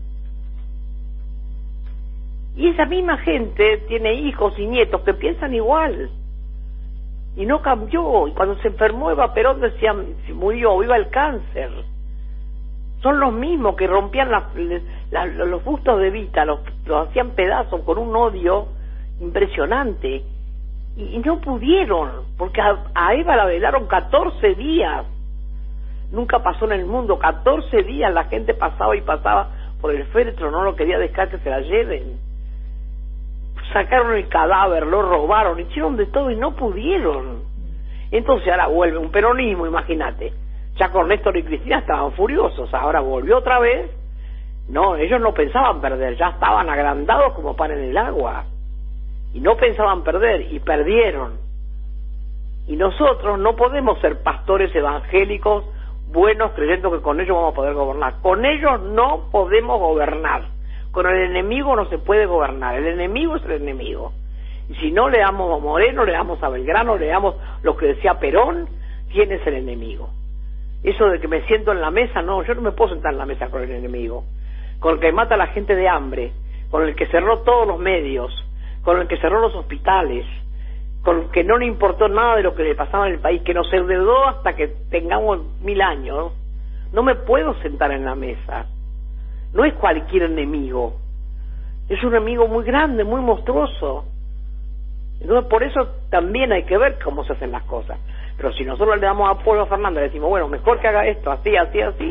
Y esa misma gente tiene hijos y nietos que piensan igual. Y no cambió. Y cuando se enfermó Eva Perón decían, si murió, viva el cáncer. Son los mismos que rompían los bustos de Evita, los hacían pedazos con un odio impresionante. Y no pudieron, porque a Eva la velaron 14 días. Nunca pasó en el mundo, 14 días la gente pasaba y pasaba por el féretro, no lo quería dejar que se la lleven. Sacaron el cadáver, lo robaron, hicieron de todo y no pudieron. Entonces ahora vuelve un peronismo, imagínate. Ya con Néstor y Cristina estaban furiosos, ahora volvió otra vez. No, ellos no pensaban perder, ya estaban agrandados como pan en el agua. Y no pensaban perder, y perdieron. Y nosotros no podemos ser pastores evangélicos buenos creyendo que con ellos vamos a poder gobernar. Con ellos no podemos gobernar. Con el enemigo no se puede gobernar. El enemigo es el enemigo. Y si no le damos a Moreno, le damos a Belgrano, le damos lo que decía Perón, ¿quién es el enemigo? Eso de que me siento en la mesa, no, yo no me puedo sentar en la mesa con el enemigo, con el que mata a la gente de hambre, con el que cerró todos los medios, con el que cerró los hospitales, con el que no le importó nada de lo que le pasaba en el país, que nos endeudó hasta que tengamos 1000 años. No me puedo sentar en la mesa. No es cualquier enemigo, es un enemigo muy grande, muy monstruoso. Entonces por eso también hay que ver cómo se hacen las cosas. Pero si nosotros le damos apoyo a Fernando, le decimos, bueno, mejor que haga esto, así, así, así,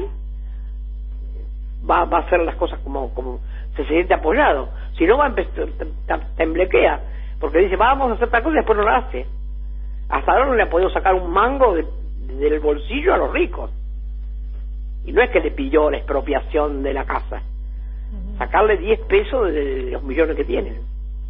va a hacer las cosas como se siente apoyado. Si no, va a empezar, temblequea, porque dice, vamos a hacer tal cosa y después no la hace. Hasta ahora no le ha podido sacar un mango del bolsillo a los ricos. Y no es que le pidió la expropiación de la casa, sacarle 10 pesos de los millones que tienen.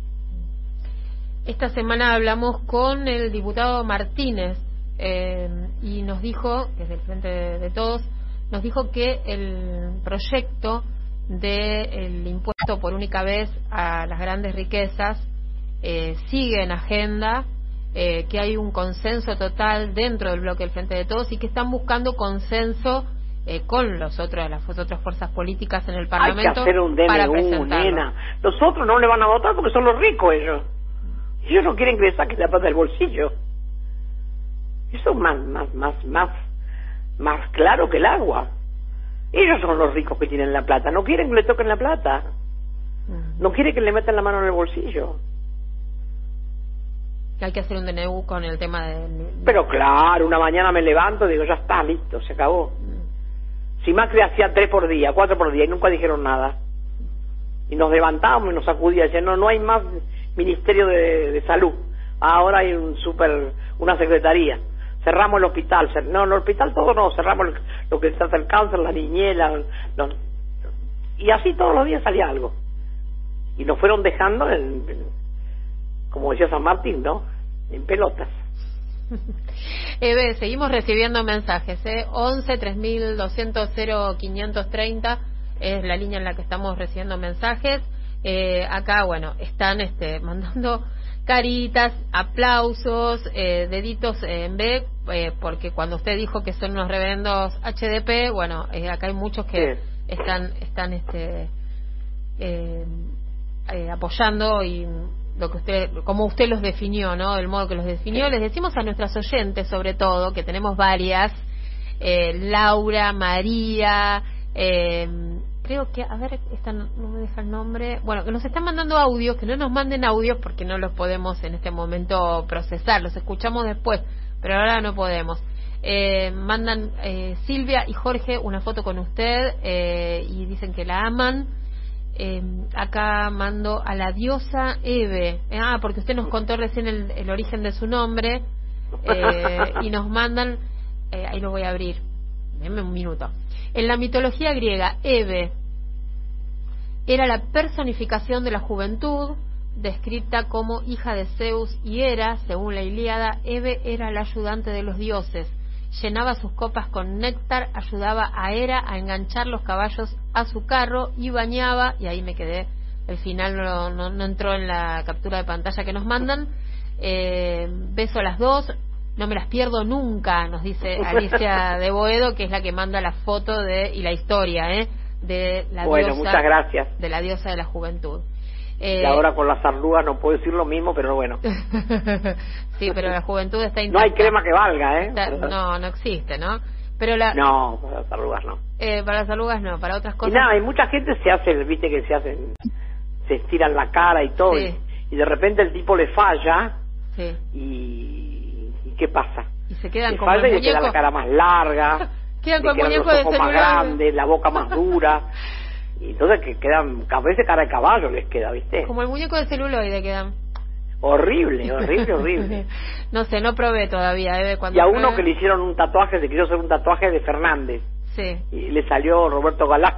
Esta semana hablamos con el diputado Martínez y nos dijo, que es del Frente de Todos, nos dijo que el proyecto del impuesto por única vez a las grandes riquezas sigue en agenda, que hay un consenso total dentro del bloque del Frente de Todos y que están buscando consenso con las otras fuerzas políticas en el Parlamento. Hay que hacer un DNU, nena. Los otros no le van a votar porque son los ricos ellos. Ellos no quieren que le saquen la plata del bolsillo. Eso es más claro que el agua. Ellos son los ricos que tienen la plata. No quieren que le toquen la plata. No quieren que le metan la mano en el bolsillo. Hay que hacer un DNU con el tema de... Pero claro, una mañana me levanto y digo, ya está, listo, se acabó. Si Macri hacía 3 por día, 4 por día y nunca dijeron nada. Y nos levantábamos y nos sacudía y decían, no hay más Ministerio de Salud. Ahora hay una secretaría. Cerramos el hospital. No, el hospital todo no, cerramos lo que trata el cáncer, la niñez, y así todos los días salía algo. Y nos fueron dejando, como decía San Martín, ¿no? En pelotas. Seguimos recibiendo mensajes, 11 3200 0530 es la línea en la que estamos recibiendo mensajes. Acá, bueno, están mandando caritas, aplausos, deditos en B, porque cuando usted dijo que son unos reverendos HDP, bueno, acá hay muchos que están apoyando y lo que como usted los definió, ¿no? El modo que los definió. Les decimos a nuestras oyentes, sobre todo, que tenemos varias, Laura, María, creo que, a ver, esta no me deja el nombre, bueno, que nos están mandando audios, que no nos manden audios porque no los podemos en este momento procesar, los escuchamos después, pero ahora no podemos. Mandan Silvia y Jorge una foto con usted y dicen que la aman. Acá mando a la diosa Eve, porque usted nos contó recién el origen de su nombre, y nos mandan, ahí lo voy a abrir, denme un minuto. En la mitología griega, Eve era la personificación de la juventud, descrita como hija de Zeus y Hera. Según la Ilíada, Eve era la ayudante de los dioses, llenaba sus copas con néctar, ayudaba a Hera a enganchar los caballos a su carro y bañaba, y ahí me quedé, el final no entró en la captura de pantalla que nos mandan. Beso a las dos, no me las pierdo nunca, nos dice Alicia de Boedo, que es la que manda la foto y la historia de la diosa, muchas gracias, de la diosa de la juventud. Y ahora con las arrugas no puedo decir lo mismo, pero bueno. Sí, pero la juventud está intacta. No hay crema que valga, no existe, ¿no? Pero no, para las arrugas no. Para las arrugas no, para otras cosas. Y nada, y mucha gente viste que se estiran la cara y todo, sí. y de repente el tipo le falla, sí. ¿Y qué pasa? Y se quedan le como falla el y le queda la cara más larga, quedan con el muñeco los de ojos celular más grandes, la boca más dura. Y entonces que quedan, a veces cara de caballo les queda, ¿viste? Como el muñeco de celuloide quedan. Horrible. No sé, no probé todavía, y a uno que le hicieron un tatuaje, se quiso hacer un tatuaje de Fernández. Sí. Y le salió Roberto Galán.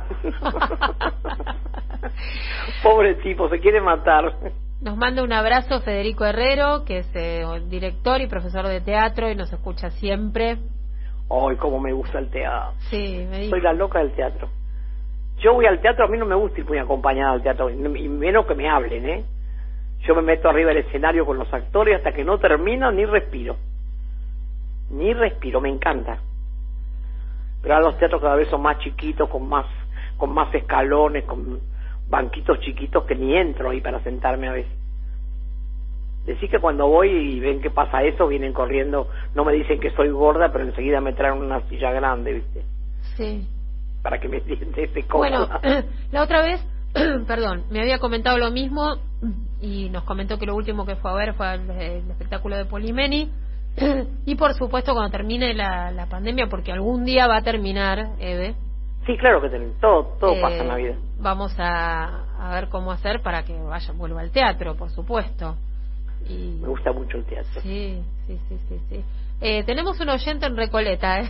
Pobre tipo, se quiere matar. Nos manda un abrazo Federico Herrero, que es director y profesor de teatro y nos escucha siempre. Ay, cómo me gusta el teatro. Sí, me dijo. Soy la loca del teatro. Yo voy al teatro, a mí no me gusta ir muy acompañada al teatro, y menos que me hablen, Yo me meto arriba del escenario con los actores hasta que no termina, ni respiro, me encanta. Pero ahora los teatros cada vez son más chiquitos, con más escalones, con banquitos chiquitos que ni entro ahí para sentarme a veces. Decir que cuando voy y ven que pasa eso, vienen corriendo, no me dicen que soy gorda, pero enseguida me traen una silla grande, ¿viste? Sí. Para que me esté cómoda. Bueno, la otra vez, perdón, me había comentado lo mismo y nos comentó que lo último que fue a ver fue el espectáculo de Polimeni. Y por supuesto cuando termine la pandemia, porque algún día va a terminar, Eve. Sí, claro que todo pasa en la vida. Vamos a ver cómo hacer para que vuelva al teatro, por supuesto. Y... me gusta mucho el teatro. Sí. Tenemos un oyente en Recoleta,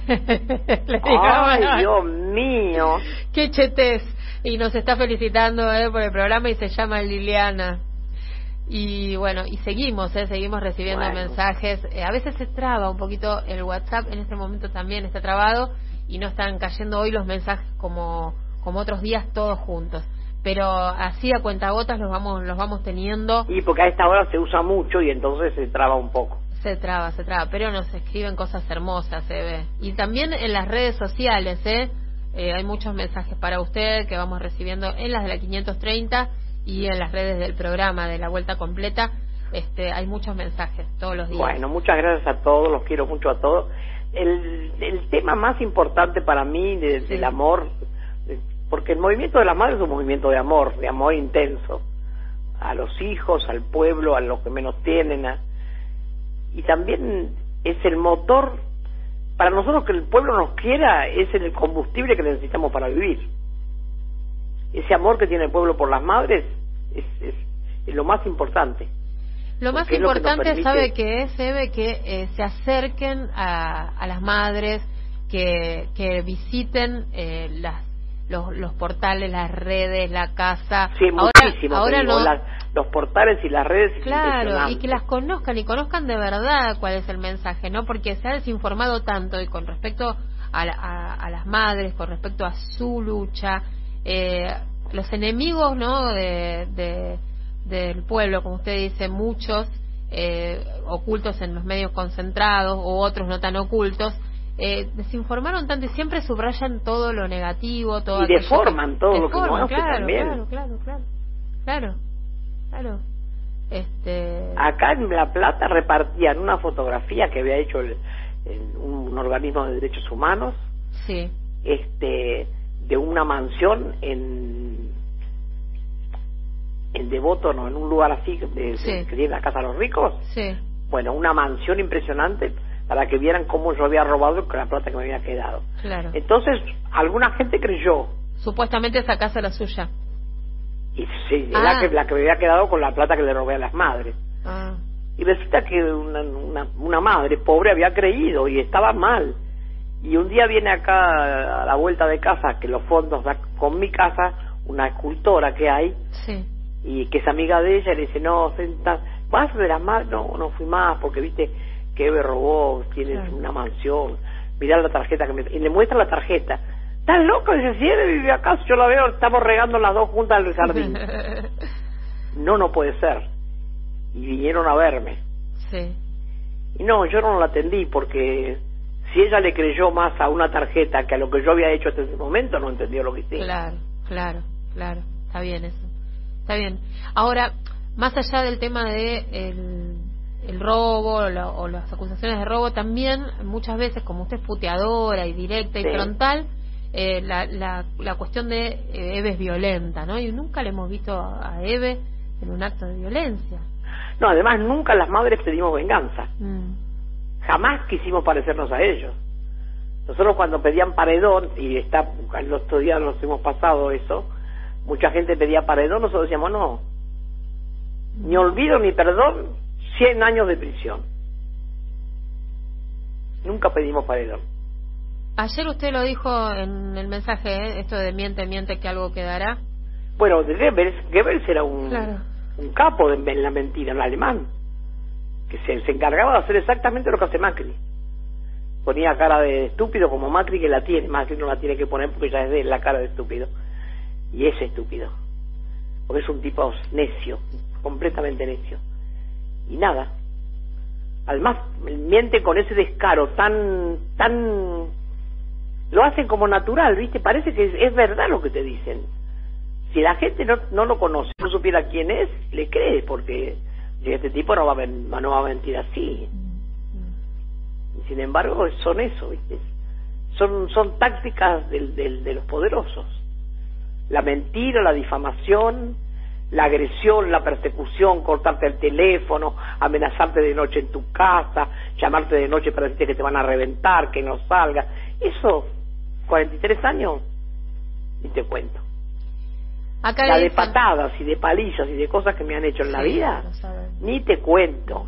¡Ay, Dios mío! ¡Qué chetés! Y nos está felicitando por el programa y se llama Liliana. Y bueno, y seguimos recibiendo mensajes. A veces se traba un poquito el WhatsApp, en este momento también está trabado y no están cayendo hoy los mensajes como otros días todos juntos. Pero así a cuentagotas los vamos teniendo. Y porque a esta hora se usa mucho y entonces se traba un poco. Se traba, pero nos escriben cosas hermosas, se ve. Y también en las redes sociales, hay muchos mensajes para usted que vamos recibiendo en las de la 530 y en las redes del programa de La Vuelta Completa. Hay muchos mensajes todos los días. Bueno, muchas gracias a todos, los quiero mucho a todos. El tema más importante para mí del amor, porque el movimiento de las madres es un movimiento de amor intenso, a los hijos, al pueblo, a los que menos tienen, y también es el motor para nosotros. Que el pueblo nos quiera es el combustible que necesitamos para vivir. Ese amor que tiene el pueblo por las madres es lo más importante. Lo más importante, ¿sabe qué es, Eve? Que se acerquen a las madres, que visiten los portales, las redes, la casa. Sí, muchísimo. Ahora no. Los portales y las redes. Claro, y que las conozcan y conozcan de verdad cuál es el mensaje, ¿no? Porque se ha desinformado tanto y con respecto a las madres, con respecto a su lucha, los enemigos, ¿no? Del pueblo, como usted dice, muchos ocultos en los medios concentrados o otros no tan ocultos. Desinformaron tanto y siempre subrayan todo lo negativo, todo y deforman todo lo que no hace también. Claro. Acá en La Plata repartían una fotografía que había hecho un organismo de derechos humanos, sí, de una mansión en Devoto, no, en un lugar así que tiene la Casa de los Ricos. Sí. Bueno, una mansión impresionante, para que vieran cómo yo había robado con la plata que me había quedado. Claro. Entonces, alguna gente creyó. Supuestamente esa casa era suya. Y sí, la que me había quedado con la plata que le robé a las madres. Y resulta que una madre pobre había creído y estaba mal. Y un día viene acá a la vuelta de casa, que los fondos da con mi casa, una escultora que hay, y que es amiga de ella, y le dice, no, ¿vas de las madres? No fui más, porque viste que Eve robó, tienes una mansión, mirá la tarjeta y le muestra la tarjeta. ¿Estás loco? Dice, si Eve vive acá, yo la veo, estamos regando las dos juntas en el jardín. No puede ser. Y vinieron a verme. Sí. Y no, yo no la atendí, porque si ella le creyó más a una tarjeta que a lo que yo había hecho hasta ese momento, no entendió lo que hice. Claro. Está bien eso. Está bien. Ahora, más allá del tema de el robo o las acusaciones de robo, también muchas veces, como usted es puteadora y directa y frontal, la cuestión de Eve es violenta, ¿no? Y nunca le hemos visto a Eve en un acto de violencia. No, además nunca las madres pedimos venganza. Jamás quisimos parecernos a ellos. Nosotros cuando pedían paredón, y el otro día nos hemos pasado eso, mucha gente pedía paredón, nosotros decíamos no, ni olvido ni perdón, 100 años de prisión. Nunca pedimos paredón. Ayer usted lo dijo en el mensaje, esto de miente que algo quedará. Bueno, de Goebbels era un capo en la mentira, un alemán, que se encargaba de hacer exactamente lo que hace Macri. Ponía cara de estúpido como Macri, que la tiene. Macri no la tiene que poner porque ya es de la cara de estúpido. Y es estúpido, porque es un tipo necio, completamente necio. Y nada, además miente con ese descaro tan Lo hacen como natural, ¿viste? Parece que es verdad lo que te dicen. Si la gente no lo conoce, no supiera quién es, le cree, porque este tipo no va a mentir así. Sin embargo, son eso, ¿viste? Son tácticas de los poderosos. La mentira, la difamación, la agresión, la persecución, cortarte el teléfono, amenazarte de noche en tu casa, llamarte de noche para decirte que te van a reventar, que no salgas. Eso, 43 años, ni te cuento. Acá la de patadas y de palizas y de cosas que me han hecho en la vida, ni te cuento.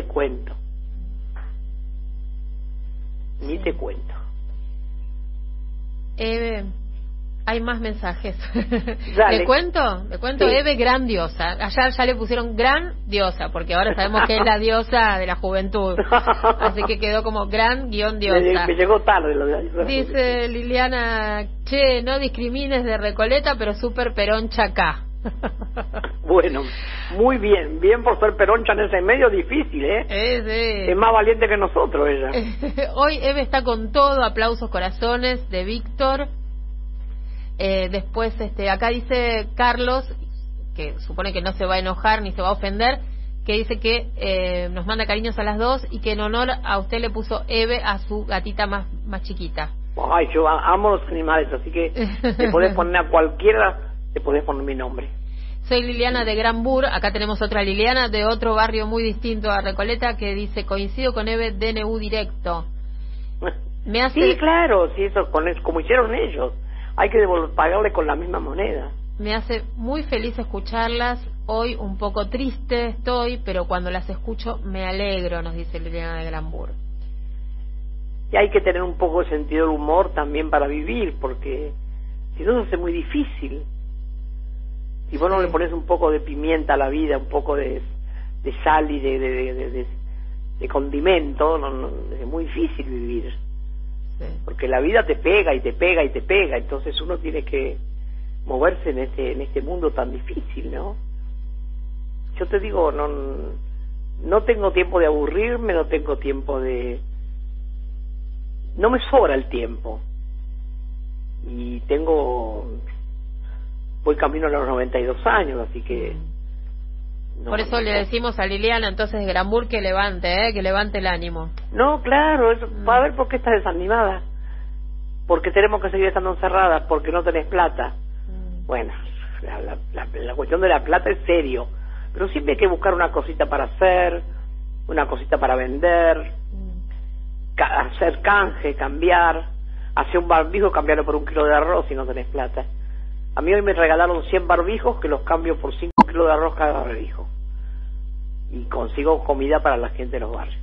Hay más mensajes. Dale. ¿Le cuento? Sí. Eve, gran diosa. Allá ya le pusieron gran diosa, porque ahora sabemos que es la diosa de la juventud. Así que quedó como gran-diosa. Me llegó tarde lo de Dice Liliana, che, no discrimines de Recoleta, pero súper peroncha acá. Bueno, muy bien. Bien por ser peroncha en ese medio difícil, ¿eh? Sí. Es más valiente que nosotros ella. Hoy Eve está con todo, aplausos, corazones de Víctor. Después acá dice Carlos, que supone que no se va a enojar ni se va a ofender, que dice que nos manda cariños a las dos y que en honor a usted le puso Eve a su gatita más chiquita. Ay, yo amo los animales, así que te podés poner a cualquiera, te podés poner mi nombre. Soy Liliana de Granbur. Acá tenemos otra Liliana de otro barrio muy distinto a Recoleta, que dice, coincido con Eve, DNU directo. Sí, claro, sí, eso como hicieron ellos. Hay que pagarle con la misma moneda. Me hace muy feliz escucharlas. Hoy un poco triste estoy, pero cuando las escucho me alegro, nos dice Liliana de Granbur. Y hay que tener un poco de sentido del humor también para vivir, porque si no se hace muy difícil. Si vos no le pones un poco de pimienta a la vida, un poco de sal y de condimento, es muy difícil vivir. Sí. Porque la vida te pega y te pega y te pega, entonces uno tiene que moverse en este mundo tan difícil, ¿no? Yo te digo, no tengo tiempo de aburrirme, no tengo tiempo no me sobra el tiempo. Y voy camino a los 92 años, así que... Por eso le decimos a Liliana entonces de Granbur que levante el ánimo. No, claro, eso, va a ver por qué estás desanimada. Porque tenemos que seguir estando encerradas, porque no tenés plata. Bueno, la cuestión de la plata es serio, pero siempre hay que buscar una cosita para hacer, una cosita para vender, hacer canje, cambiar, hacer un barbijo, cambiarlo por 1 kilo de arroz si no tenés plata. A mí hoy me regalaron 100 barbijos que los cambio por 5 kilos de arroz cada barbijo. Y consigo comida para la gente de los barrios.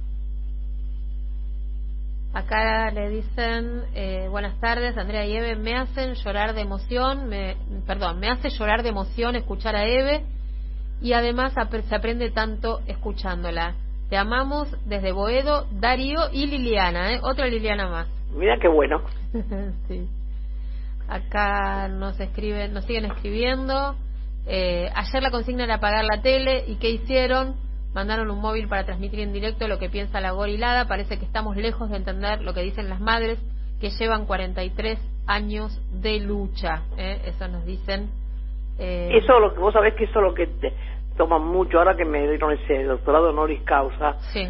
Acá le dicen, buenas tardes, Andrea y Eve, me hacen llorar de emoción, me hace llorar de emoción escuchar a Eve y además se aprende tanto escuchándola. Te amamos desde Boedo, Darío y Liliana, otra Liliana más. Mira qué bueno. Sí. Acá nos siguen escribiendo. Ayer la consigna era apagar la tele. ¿Y qué hicieron? Mandaron un móvil para transmitir en directo lo que piensa la gorilada. Parece que estamos lejos de entender lo que dicen las madres que llevan 43 años de lucha. Eso nos dicen. Eso lo que vos sabés que eso es lo que toman mucho. Ahora que me dieron ese doctorado honoris causa, sí.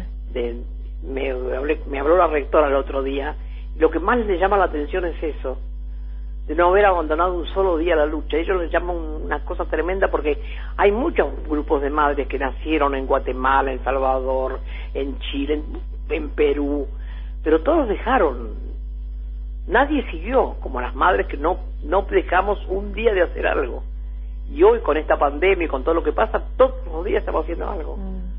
Me habló la rectora el otro día. Lo que más les llama la atención es eso, de no haber abandonado un solo día la lucha. Ellos les llaman una cosa tremenda porque hay muchos grupos de madres que nacieron en Guatemala, en Salvador, en Chile, en Perú, pero todos dejaron. Nadie siguió, como las madres que no dejamos un día de hacer algo. Y hoy con esta pandemia y con todo lo que pasa, todos los días estamos haciendo algo.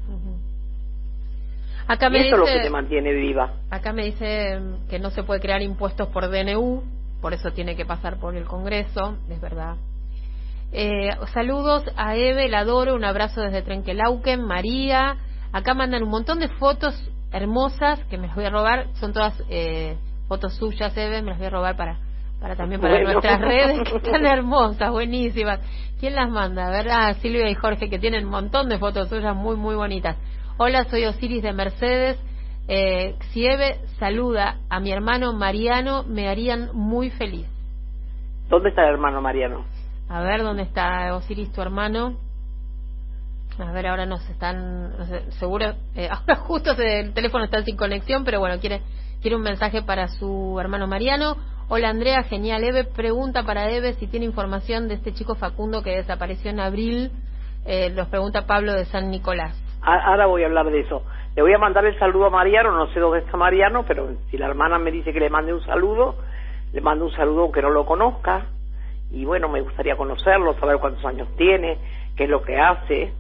Acá y eso es lo que te mantiene viva. Acá me dice que no se puede crear impuestos por DNU, por eso tiene que pasar por el Congreso, es verdad. Saludos a Eve, la adoro, un abrazo desde Trenquelauquen, María. Acá mandan un montón de fotos hermosas que me las voy a robar, son todas fotos suyas, Eve, me las voy a robar para también para nuestras redes, que están hermosas, buenísimas. ¿Quién las manda? ¿Verdad? Silvia y Jorge, que tienen un montón de fotos suyas muy, muy bonitas. Hola, soy Osiris de Mercedes. Si Eve saluda a mi hermano Mariano, me harían muy feliz. ¿Dónde está el hermano Mariano? A ver, ¿dónde está Osiris, tu hermano? A ver, ahora nos están, no sé, seguro, ahora justo el teléfono está sin conexión, pero bueno, quiere un mensaje para su hermano Mariano. Hola Andrea, genial. Eve pregunta para Eve si tiene información de este chico Facundo que desapareció en abril. Los pregunta Pablo de San Nicolás. Ahora voy a hablar de eso. Le voy a mandar el saludo a Mariano, no sé dónde está Mariano, pero si la hermana me dice que le mande un saludo, le mando un saludo aunque no lo conozca. Y bueno, me gustaría conocerlo, saber cuántos años tiene, qué es lo que hace,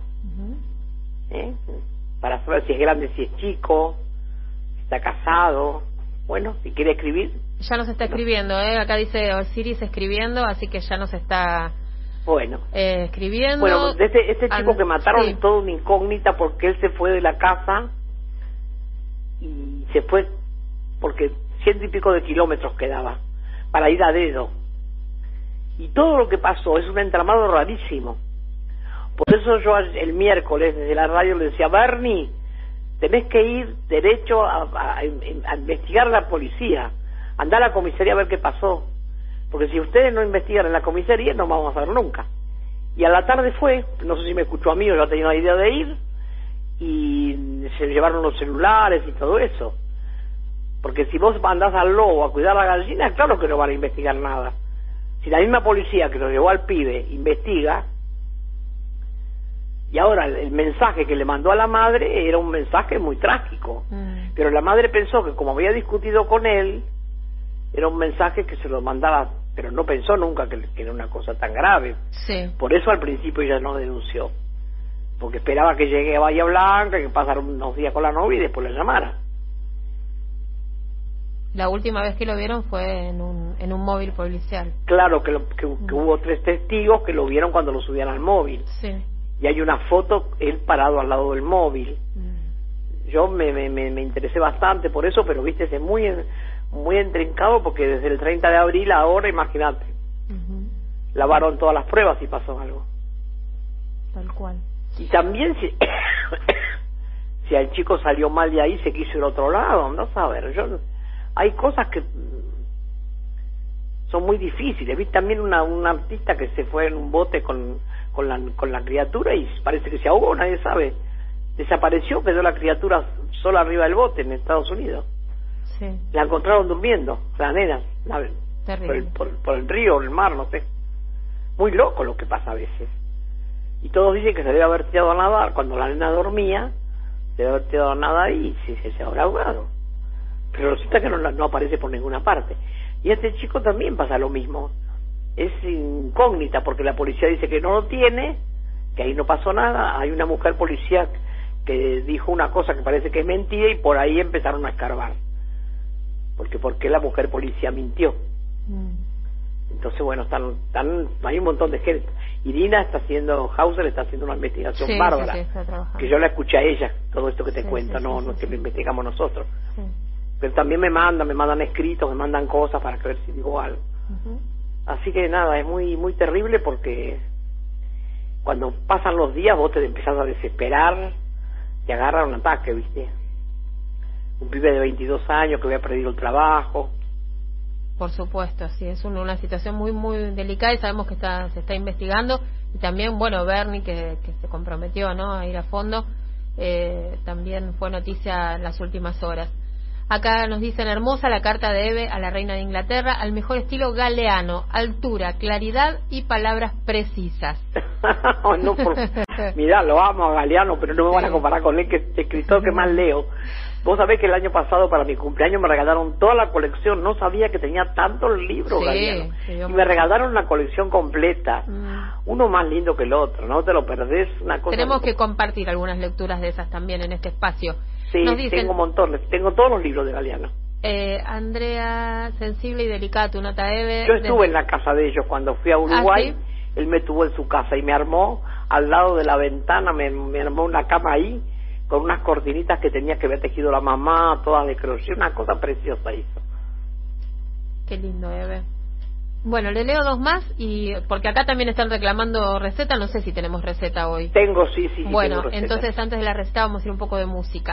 para saber si es grande, si es chico, si está casado. Bueno, si quiere escribir. Ya nos está escribiendo, acá dice Osiris escribiendo, así que ya nos está escribiendo. Bueno, este chico que mataron es toda una incógnita porque él se fue de la casa y se fue porque 100 y pico de kilómetros quedaba para ir a dedo. Y todo lo que pasó es un entramado rarísimo. Por eso yo el miércoles desde la radio le decía, Bernie, tenés que ir derecho a investigar a la policía, andá a la comisaría a ver qué pasó, porque si ustedes no investigan en la comisaría no vamos a saber nunca. Y a la tarde fue, no sé si me escuchó a mí o ya tenía la idea de ir, y se llevaron los celulares y todo eso, porque si vos mandás al lobo a cuidar a la gallina, claro que no van a investigar nada. Si la misma policía que lo llevó al pibe investiga, y ahora el mensaje que le mandó a la madre era un mensaje muy trágico, pero la madre pensó que como había discutido con él, era un mensaje que se lo mandaba, pero no pensó nunca que era una cosa tan grave. Sí. Por eso al principio ella no denunció, porque esperaba que llegue a Bahía Blanca, que pasara unos días con la novia y después la llamara. La última vez que lo vieron fue en un móvil policial. Claro, que hubo 3 testigos que lo vieron cuando lo subían al móvil. Sí. Y hay una foto, él parado al lado del móvil. Yo me interesé bastante por eso, pero viste, es muy entrincado porque desde el 30 de abril ahora, imagínate, lavaron todas las pruebas y pasó algo. Tal cual. Y también si el chico salió mal de ahí, se quiso ir a otro lado, andás a ver. Hay cosas que son muy difíciles. Vi también una artista que se fue en un bote con la criatura y parece que se ahogó, nadie sabe. Desapareció, quedó la criatura sola arriba del bote en Estados Unidos. Sí. La encontraron durmiendo, la nena, terrible. por el río, el mar, no sé. Muy loco lo que pasa a veces. Y todos dicen que se debe haber tirado a nadar. Cuando la nena dormía, se debe haber tirado a nadar y se habrá ahogado. Pero resulta que no aparece por ninguna parte. Y a este chico también pasa lo mismo. Es incógnita porque la policía dice que no lo tiene, que ahí no pasó nada. Hay una mujer policía que dijo una cosa que parece que es mentira y por ahí empezaron a escarbar. Porque ¿por qué la mujer policía mintió? Entonces, bueno, hay un montón de gente. Irina Hauser está haciendo una investigación bárbara, que yo la escuché a ella, todo esto que te cuento, no es que lo investigamos nosotros. Sí. Pero también me mandan escritos, me mandan cosas para ver si digo algo. Así que nada, es muy muy terrible porque cuando pasan los días vos te empezás a desesperar, te agarra un ataque, ¿viste? Un pibe de 22 años que había perdido el trabajo. Por supuesto, sí, es una situación muy muy delicada y sabemos que se está investigando. Y también, bueno, Bernie que se comprometió, ¿no?, a ir a fondo, también fue noticia en las últimas horas. Acá nos dicen, hermosa la carta de Eve a la reina de Inglaterra, al mejor estilo galeano, altura, claridad y palabras precisas. Mirá, lo amo a Galeano, pero no me van a comparar con él, que es el escritor que más leo. Vos sabés que el año pasado para mi cumpleaños me regalaron toda la colección, no sabía que tenía tantos libros, Galeano, y me regalaron una colección completa, uno más lindo que el otro, no te lo perdés, una cosa. Tenemos que compartir algunas lecturas de esas también en este espacio. Sí, nos dicen, tengo montones, tengo todos los libros de Galeano. Andrea, sensible y delicada tu nota, Eve. Yo estuve en la casa de ellos cuando fui a Uruguay. ¿Sí? Él me tuvo en su casa y me armó al lado de la ventana, me armó una cama ahí con unas cortinitas que tenía que haber tejido la mamá, todas de crochet, una cosa preciosa hizo. Qué lindo, Eve. Bueno, le leo 2 más y porque acá también están reclamando receta, no sé si tenemos receta hoy. Tengo, sí. Bueno, entonces antes de la receta vamos a ir un poco de música.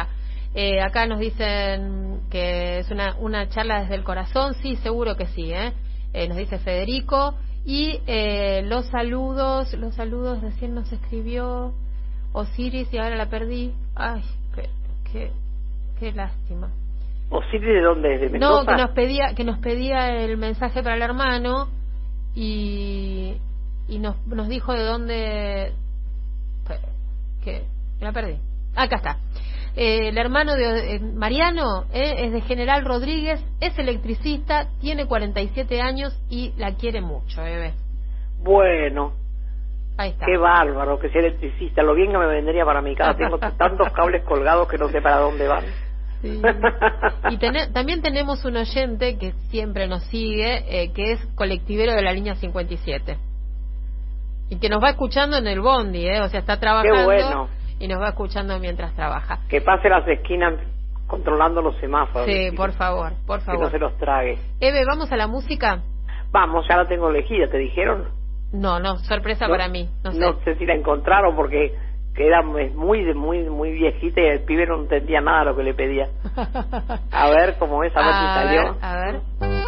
Acá nos dicen que es una charla desde el corazón. Sí, seguro que sí, nos dice Federico. Y los saludos recién nos escribió Osiris y ahora la perdí. Ay, qué lástima. ¿Osiris de dónde es? ¿De Mendoza? No, que nos pedía el mensaje para el hermano y nos dijo de dónde, que la perdí. Acá está. El hermano de Mariano es de General Rodríguez, es electricista, tiene 47 años y la quiere mucho, bebé. Bueno, ahí está. Qué bárbaro que sea electricista, lo bien que me vendría para mi casa. Tengo tantos cables colgados que no sé para dónde van. Sí. Y también tenemos un oyente que siempre nos sigue, que es colectivero de la línea 57 y que nos va escuchando en el bondi, o sea, está trabajando. Qué bueno. Y nos va escuchando mientras trabaja. Que pase las esquinas controlando los semáforos. Sí, por favor. Que no se los trague. Eve, ¿vamos a la música? Vamos, ya la tengo elegida, ¿te dijeron? No, sorpresa para mí. No sé si la encontraron porque era muy viejita y el pibe no entendía nada de lo que le pedía. A ver cómo es, a ver si salió. A ver.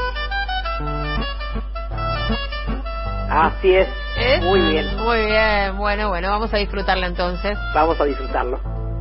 Así es. Muy bien. Muy bien, bueno, vamos a disfrutarla entonces. Vamos a disfrutarlo.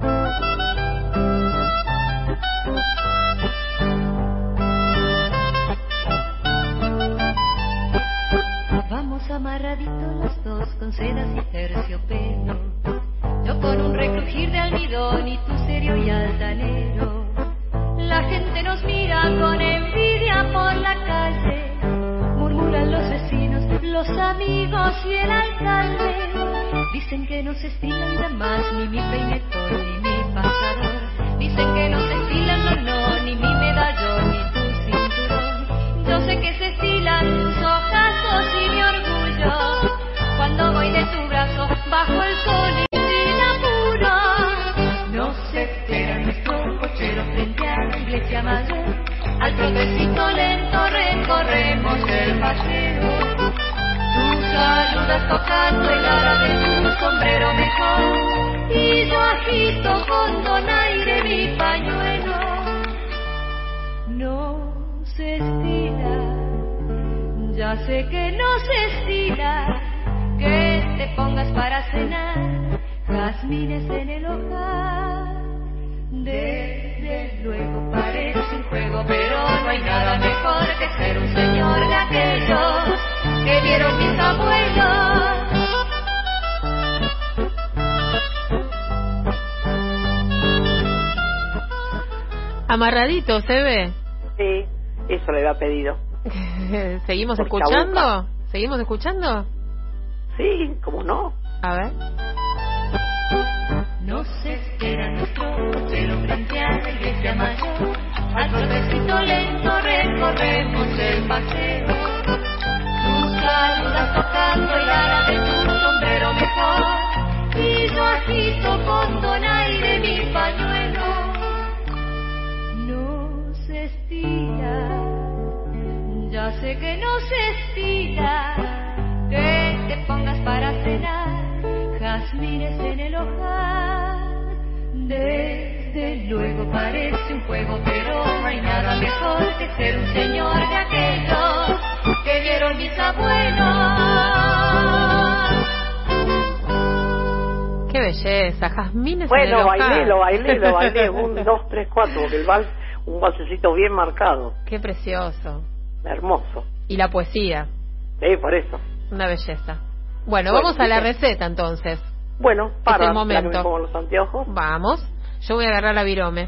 Vamos amarraditos los dos con sedas y terciopelo, yo con un recrujir de almidón y tú serio y altanero. La gente nos mira con envidia por la calle, murmuran los vecinos, los amigos y el alcalde. Dicen que no se estilan nada más ni mi peinetón ni mi pasador. Dicen que no se estilan no, ni mi medallón ni tu cinturón. Yo sé que se estilan tus ojazos y mi orgullo cuando voy de tu brazo bajo el sol y sin apuro. No se espera nuestro cochero frente a la iglesia mayor. Al trotecito lento recorremos el paseo. Tú saludas tocando el ara de tu sombrero mejor y yo agito con donaire mi pañuelo. No se estira, ya sé que no se estira, que te pongas para cenar jazmines en el hogar. Desde luego parece un juego, pero no hay nada mejor que ser un señor de aquellos que vieron mis abuelos. Amarradito, ¿se ve? Sí, eso le había pedido. ¿Seguimos Por escuchando? chabuca. ¿Seguimos escuchando? Sí, ¿cómo no? A ver. No se espera nuestro cochero frente a la iglesia mayor. Al trotecito lento recorremos el paseo. Tú saludas tocando el ara de tu sombrero mejor y yo agito con donaire mi pañuelo. No se estira, ya sé que no se estira, que te pongas para cenar jazmines en el hogar. Desde luego parece un juego, pero no hay nada mejor que ser un señor de aquellos que vieron mis abuelos. Qué belleza, jazmines Bueno, en el hogar. lo bailé, 1, 2, 3, 4, porque el vals, un valsecito bien marcado. Qué precioso. Hermoso. Y la poesía. Sí, por eso. Una belleza. Bueno, vamos a la receta entonces. Bueno, para el momento. que me pongo los anteojos. Vamos. Yo voy a agarrar la virome.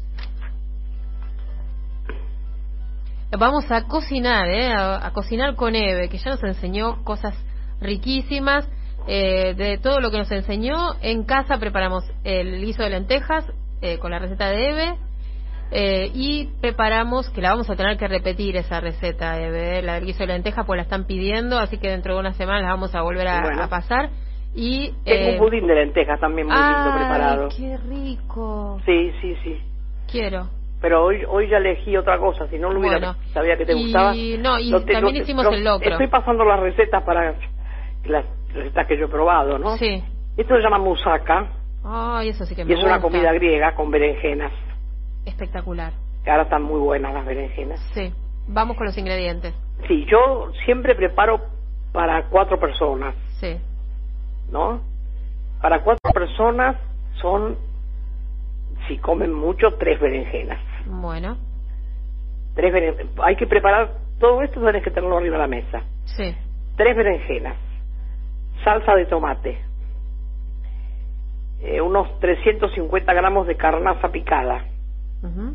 Vamos a cocinar, a cocinar con Eve, que ya nos enseñó cosas riquísimas. De todo lo que nos enseñó, en casa preparamos el guiso de lentejas con la receta de Eve. Y preparamos, que la vamos a tener que repetir esa receta, la del guiso de lentejas, pues la están pidiendo, así que dentro de unas semanas la vamos a volver a pasar. Y tengo un pudín de lentejas también muy lindo preparado. ¡Qué rico! Sí. Quiero. Pero hoy ya elegí otra cosa, si no lo hubiera, sabía que te gustaba. No, y también hicimos el locro. Estoy pasando las recetas para las recetas que yo he probado, ¿no? Sí. Esto se llama moussaka. Ay, eso sí que me y gusta. es una comida griega con berenjenas. Espectacular. que ahora están muy buenas las berenjenas. Sí. Vamos con los ingredientes. Sí, yo siempre preparo para 4 personas, Sí. ¿no? Para 4 personas son, si comen mucho, 3 berenjenas. Bueno. Hay que preparar todo esto, tenés que tenerlo arriba de la mesa. Sí. 3 berenjenas, salsa de tomate, unos 350 gramos de carnaza picada, Ujú.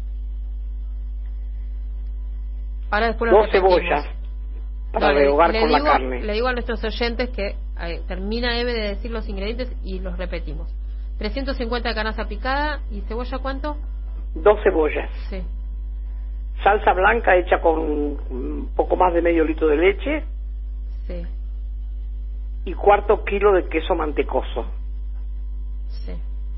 Ahora después lo 2 repetimos. cebollas para No, rehogar con la digo, carne. le digo a nuestros oyentes que termina Eve de decir los ingredientes y los repetimos. 350 de carnaza picada y cebolla, ¿cuánto? 2 cebollas, Sí. salsa blanca hecha con un poco más de medio litro de leche Sí. y 1/4 kilo de queso mantecoso. Sí.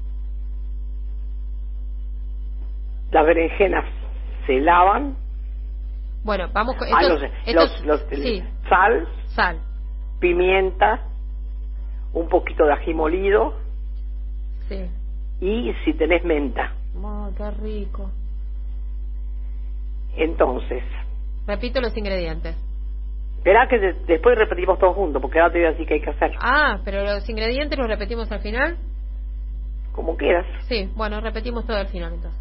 Las berenjenas se lavan. Bueno, vamos con sí. Sal, Sal. pimienta, un poquito de ají molido Sí. y si tenés menta. Oh, qué rico. Entonces, Repito los ingredientes. verá que después repetimos todos juntos, porque ahora te voy a decir qué hay que hacer. Ah, pero los ingredientes los repetimos al final. Como quieras. Sí, bueno, repetimos todo al final entonces.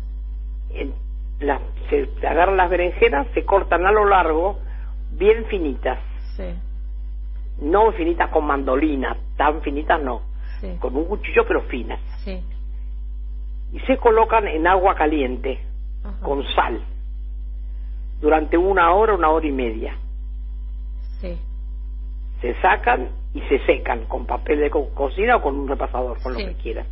Se agarran las berenjenas, se cortan a lo largo, bien finitas. Sí. No finitas con mandolina, tan finitas no. Sí. Con un cuchillo, pero finas. Sí. Y se colocan en agua caliente, Ajá. con sal, durante 1 hora, 1 hora y media. Sí. Se sacan y se secan con papel de cocina o con un repasador, con Sí. lo que quieras.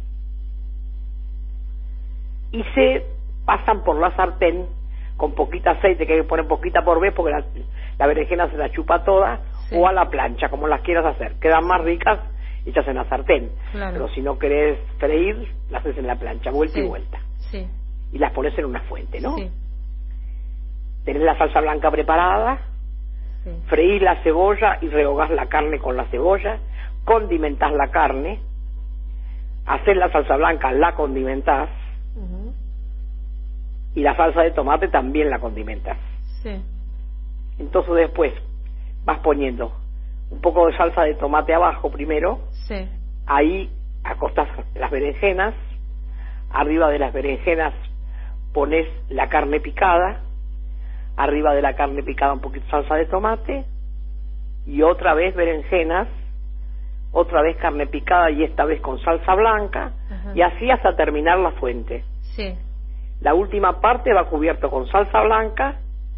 Y se pasan por la sartén con poquita aceite, que hay que poner poquita por vez porque la berenjena se la chupa toda, Sí. o a la plancha, como las quieras hacer. Quedan más ricas hechas en la sartén. Claro. Pero si no querés freír, las haces en la plancha, vuelta Sí. y vuelta. Sí. Y las pones en una fuente, ¿no? Sí. Tenés la salsa blanca preparada, Sí. freís la cebolla y rehogás la carne con la cebolla, condimentás la carne, hacés la salsa blanca, la condimentás, Ujú. y la salsa de tomate también la condimentas. Sí. Entonces después vas poniendo un poco de salsa de tomate abajo primero, Sí. ahí acostás las berenjenas, arriba de las berenjenas pones la carne picada, arriba de la carne picada un poquito de salsa de tomate, y otra vez berenjenas, otra vez carne picada y esta vez con salsa blanca, Ajá. y así hasta terminar la fuente. Sí. La última parte va cubierto con salsa blanca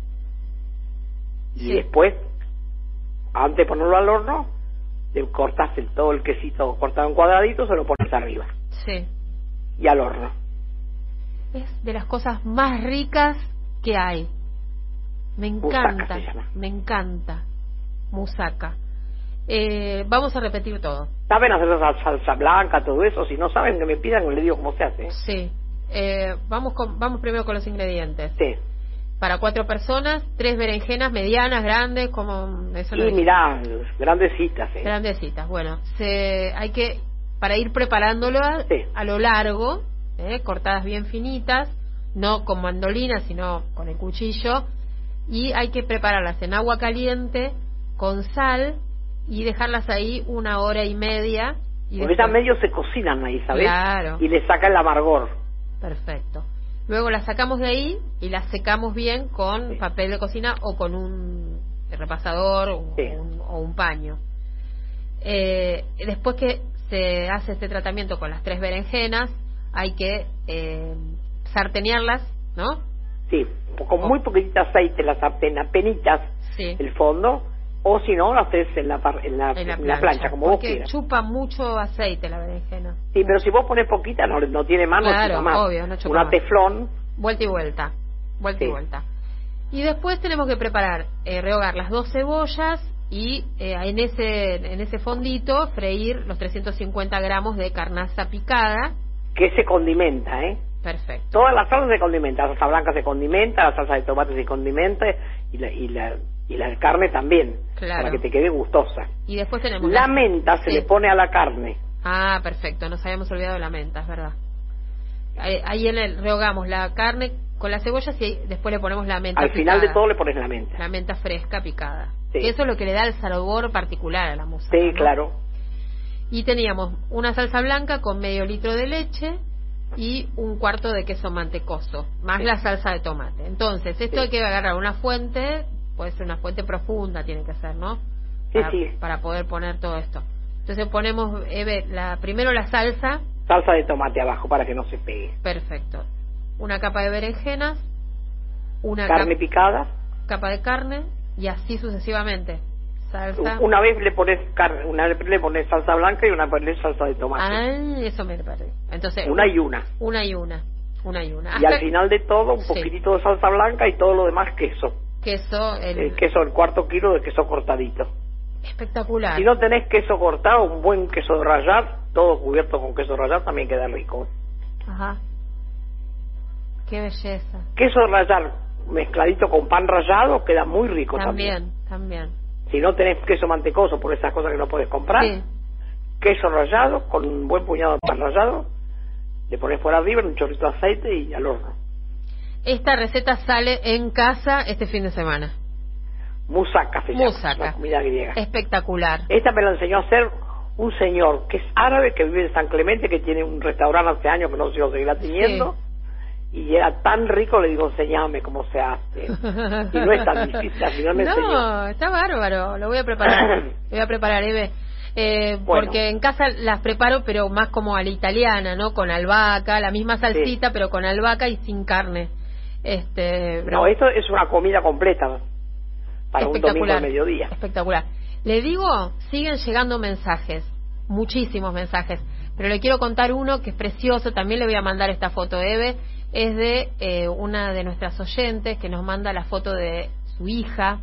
y Sí. después, antes de ponerlo al horno, le cortas todo el quesito cortado en cuadraditos, se lo pones arriba Sí. y al horno. Es de las cosas más ricas que hay. Me Musaca encanta. se llama. Me encanta. Musaca. Vamos a repetir todo. ¿Saben hacer la salsa blanca, todo eso? Si no saben, que me pidan, les digo cómo se hace. Sí. Vamos primero con los ingredientes. Sí. Para 4 personas, 3 berenjenas medianas, grandes, como eso. Y mirá, grandecitas, Grandecitas. Bueno, hay que, para ir preparándolo Sí. a lo largo, cortadas bien finitas, no con mandolina, sino con el cuchillo, y hay que prepararlas en agua caliente, con sal, y dejarlas ahí 1 hora y media. Y Porque ellas medio se cocinan ahí, ¿sabes? Claro. Y le saca el amargor. Perfecto. Luego las sacamos de ahí y las secamos bien con Sí. papel de cocina o con un repasador Sí. o un paño. Después que se hace este tratamiento con las 3 berenjenas, hay que sartenearlas, ¿no? Sí, con muy poquitito aceite la sartén, apenitas Sí. el fondo, o si no, lo haces en la plancha, como vos porque quieras. chupa mucho aceite la berenjena. Sí, pero si vos pones poquita, no tiene mano, Claro, chupa más. obvio, no chupa Una más. teflón, Vuelta y vuelta. Vuelta y Sí. vuelta. Y después tenemos que preparar, rehogar las 2 cebollas y en ese fondito freír los 350 gramos de carnaza picada. que se condimenta, ¿eh? Perfecto. Todas las salsas se condimentan, la salsa blanca se condimenta, la salsa de tomate se condimenta, y la carne también, Claro. para que te quede gustosa. Y después tenemos La menta se Sí. le pone a la carne. Ah, perfecto, nos habíamos olvidado de la menta, es verdad. Ahí rehogamos la carne con las cebollas y después le ponemos la menta Al picada. final de todo le pones la menta. La menta fresca picada. Sí. Eso es lo que le da el sabor particular a la moussaka. Sí, ¿no? claro. Y teníamos una salsa blanca con medio litro de leche y un cuarto de queso mantecoso, más la salsa de tomate. Entonces, esto hay que agarrar una fuente, puede ser una fuente profunda, tiene que ser, ¿no? Para poder poner todo esto. Entonces ponemos, primero la salsa. Salsa de tomate abajo para que no se pegue. Perfecto. Una capa de berenjenas, una carne picada, capa de carne y así sucesivamente. Salsa. Una vez le pones carne, una vez le pones salsa blanca y una vez le pones salsa de tomate. Ah, eso me perdí. Entonces, una y una. Y al final de todo un poquitito de salsa blanca y todo lo demás queso. El cuarto kilo de queso cortadito. Espectacular. Si no tenés queso cortado, un buen queso de rallar, todo cubierto con queso rallar también queda rico. Ajá. Qué belleza. Queso de rallar mezcladito con pan rallado queda muy rico también. También. Si no tenés queso mantecoso por esas cosas que no podés comprar, queso rallado con un buen puñado de pan rallado, le pones por arriba en un chorrito de aceite y al horno. Esta receta sale en casa este fin de semana. Moussaka se llama, la comida griega. Espectacular. Esta me la enseñó a hacer un señor que es árabe, que vive en San Clemente, que tiene un restaurante hace años que no sé si lo seguirá teniendo. Y era tan rico, le digo, enseñame cómo se hace. Y no es tan difícil, al final me enseñó. No, está bárbaro, lo voy a preparar. Lo voy a preparar, Eve. Porque en casa las preparo, pero más como a la italiana, ¿no? Con albahaca, la misma salsita, pero con albahaca y sin carne. No, esto es una comida completa para un domingo al mediodía. Espectacular. Le digo, siguen llegando mensajes, muchísimos mensajes, pero le quiero contar uno que es precioso. También le voy a mandar esta foto, Eve. Es de una de nuestras oyentes que nos manda la foto de su hija,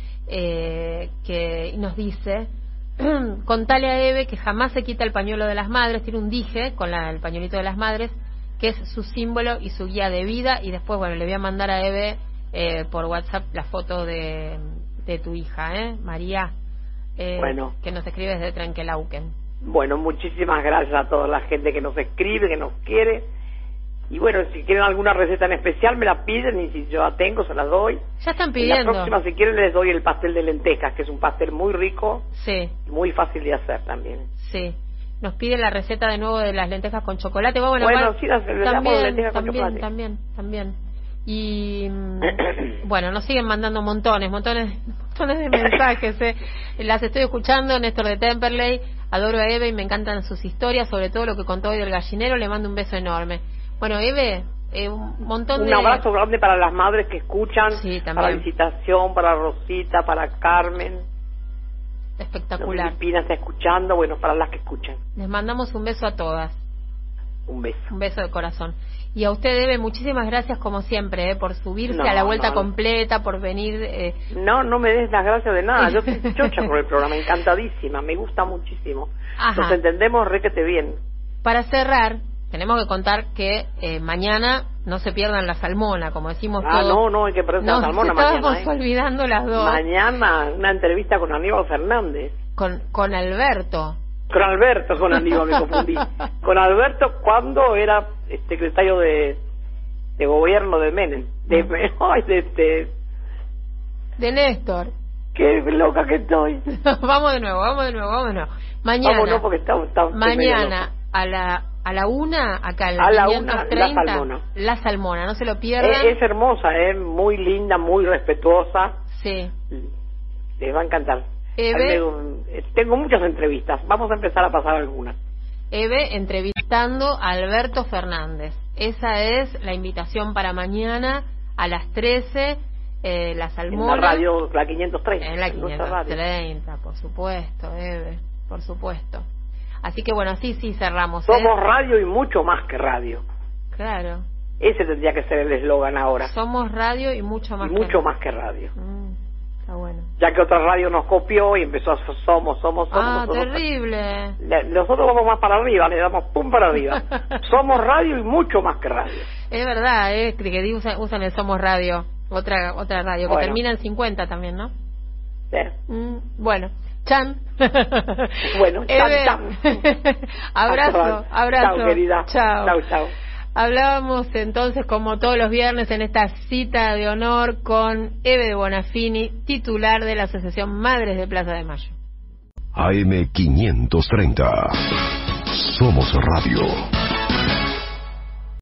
que nos dice: contale a Eve que jamás se quita el pañuelo de las madres. Tiene un dije con el pañuelito de las madres, que es su símbolo y su guía de vida. Y después, bueno, le voy a mandar a Eve por WhatsApp la foto de tu hija, María, que nos escribe desde Trenquelauquen. Bueno, muchísimas gracias a toda la gente que nos escribe, que nos quiere. Y bueno, si quieren alguna receta en especial me la piden, y si yo la tengo se la doy. Ya están pidiendo. En la próxima, si quieren, les doy el pastel de lentejas, que es un pastel muy rico. Sí. Y muy fácil de hacer también. Sí. Nos pide la receta de nuevo de las lentejas con chocolate. Bueno, sí, las lentejas con chocolate. También. Y bueno, nos siguen mandando montones de mensajes. Las estoy escuchando. Néstor de Temperley, adoro a Eve y me encantan sus historias, sobre todo lo que contó hoy del gallinero. Le mando un beso enorme. Bueno, Eve, un abrazo grande para las madres que escuchan, para Visitación, para Rosita, para Carmen. Espectacular. Filipina está escuchando, bueno, para las que escuchan. Les mandamos un beso a todas. Un beso de corazón. Y a usted, Eve, muchísimas gracias como siempre, por subirse a la vuelta completa, por venir. No me des las gracias de nada. Yo estoy chocha con el programa, encantadísima, me gusta muchísimo. Ajá. Nos entendemos requete bien. Para cerrar, tenemos que contar que mañana no se pierdan la salmona, como decimos todos. No, hay que perder la salmona mañana. Estábamos olvidando las dos. Mañana una entrevista con Aníbal Fernández. Con Alberto. Con Aníbal me confundí. Con Alberto cuando era secretario de gobierno de Menem. De Néstor. Qué loca que estoy. Vamos de nuevo. Mañana. Vámonos porque estamos mañana a la 1 acá en la 530. La salmona, no se lo pierdan. Es hermosa, muy linda, muy respetuosa. Sí. Les va a encantar. Eve, tengo muchas entrevistas. Vamos a empezar a pasar algunas. Eve entrevistando a Alberto Fernández. Esa es la invitación para mañana a las 13. La salmona. En la radio, la 530. En la 530, por supuesto, Eve, por supuesto. Así que bueno, así sí cerramos. Somos radio y mucho más que radio. Claro. Ese tendría que ser el eslogan ahora. Somos radio y mucho más. Más que radio. Está bueno. Ya que otra radio nos copió y empezó a somos. Terrible. Nosotros vamos más para arriba, le damos pum para arriba. Somos radio y mucho más que radio. Es verdad, que usan el Somos Radio. Otra radio que termina en 50 también, ¿no? Sí. Bueno, Chan. Bueno, Chan. Abrazo. Chao, querida. Chao. Hablábamos entonces, como todos los viernes, en esta cita de honor con Eve de Bonafini, titular de la Asociación Madres de Plaza de Mayo. AM 530. Somos Radio.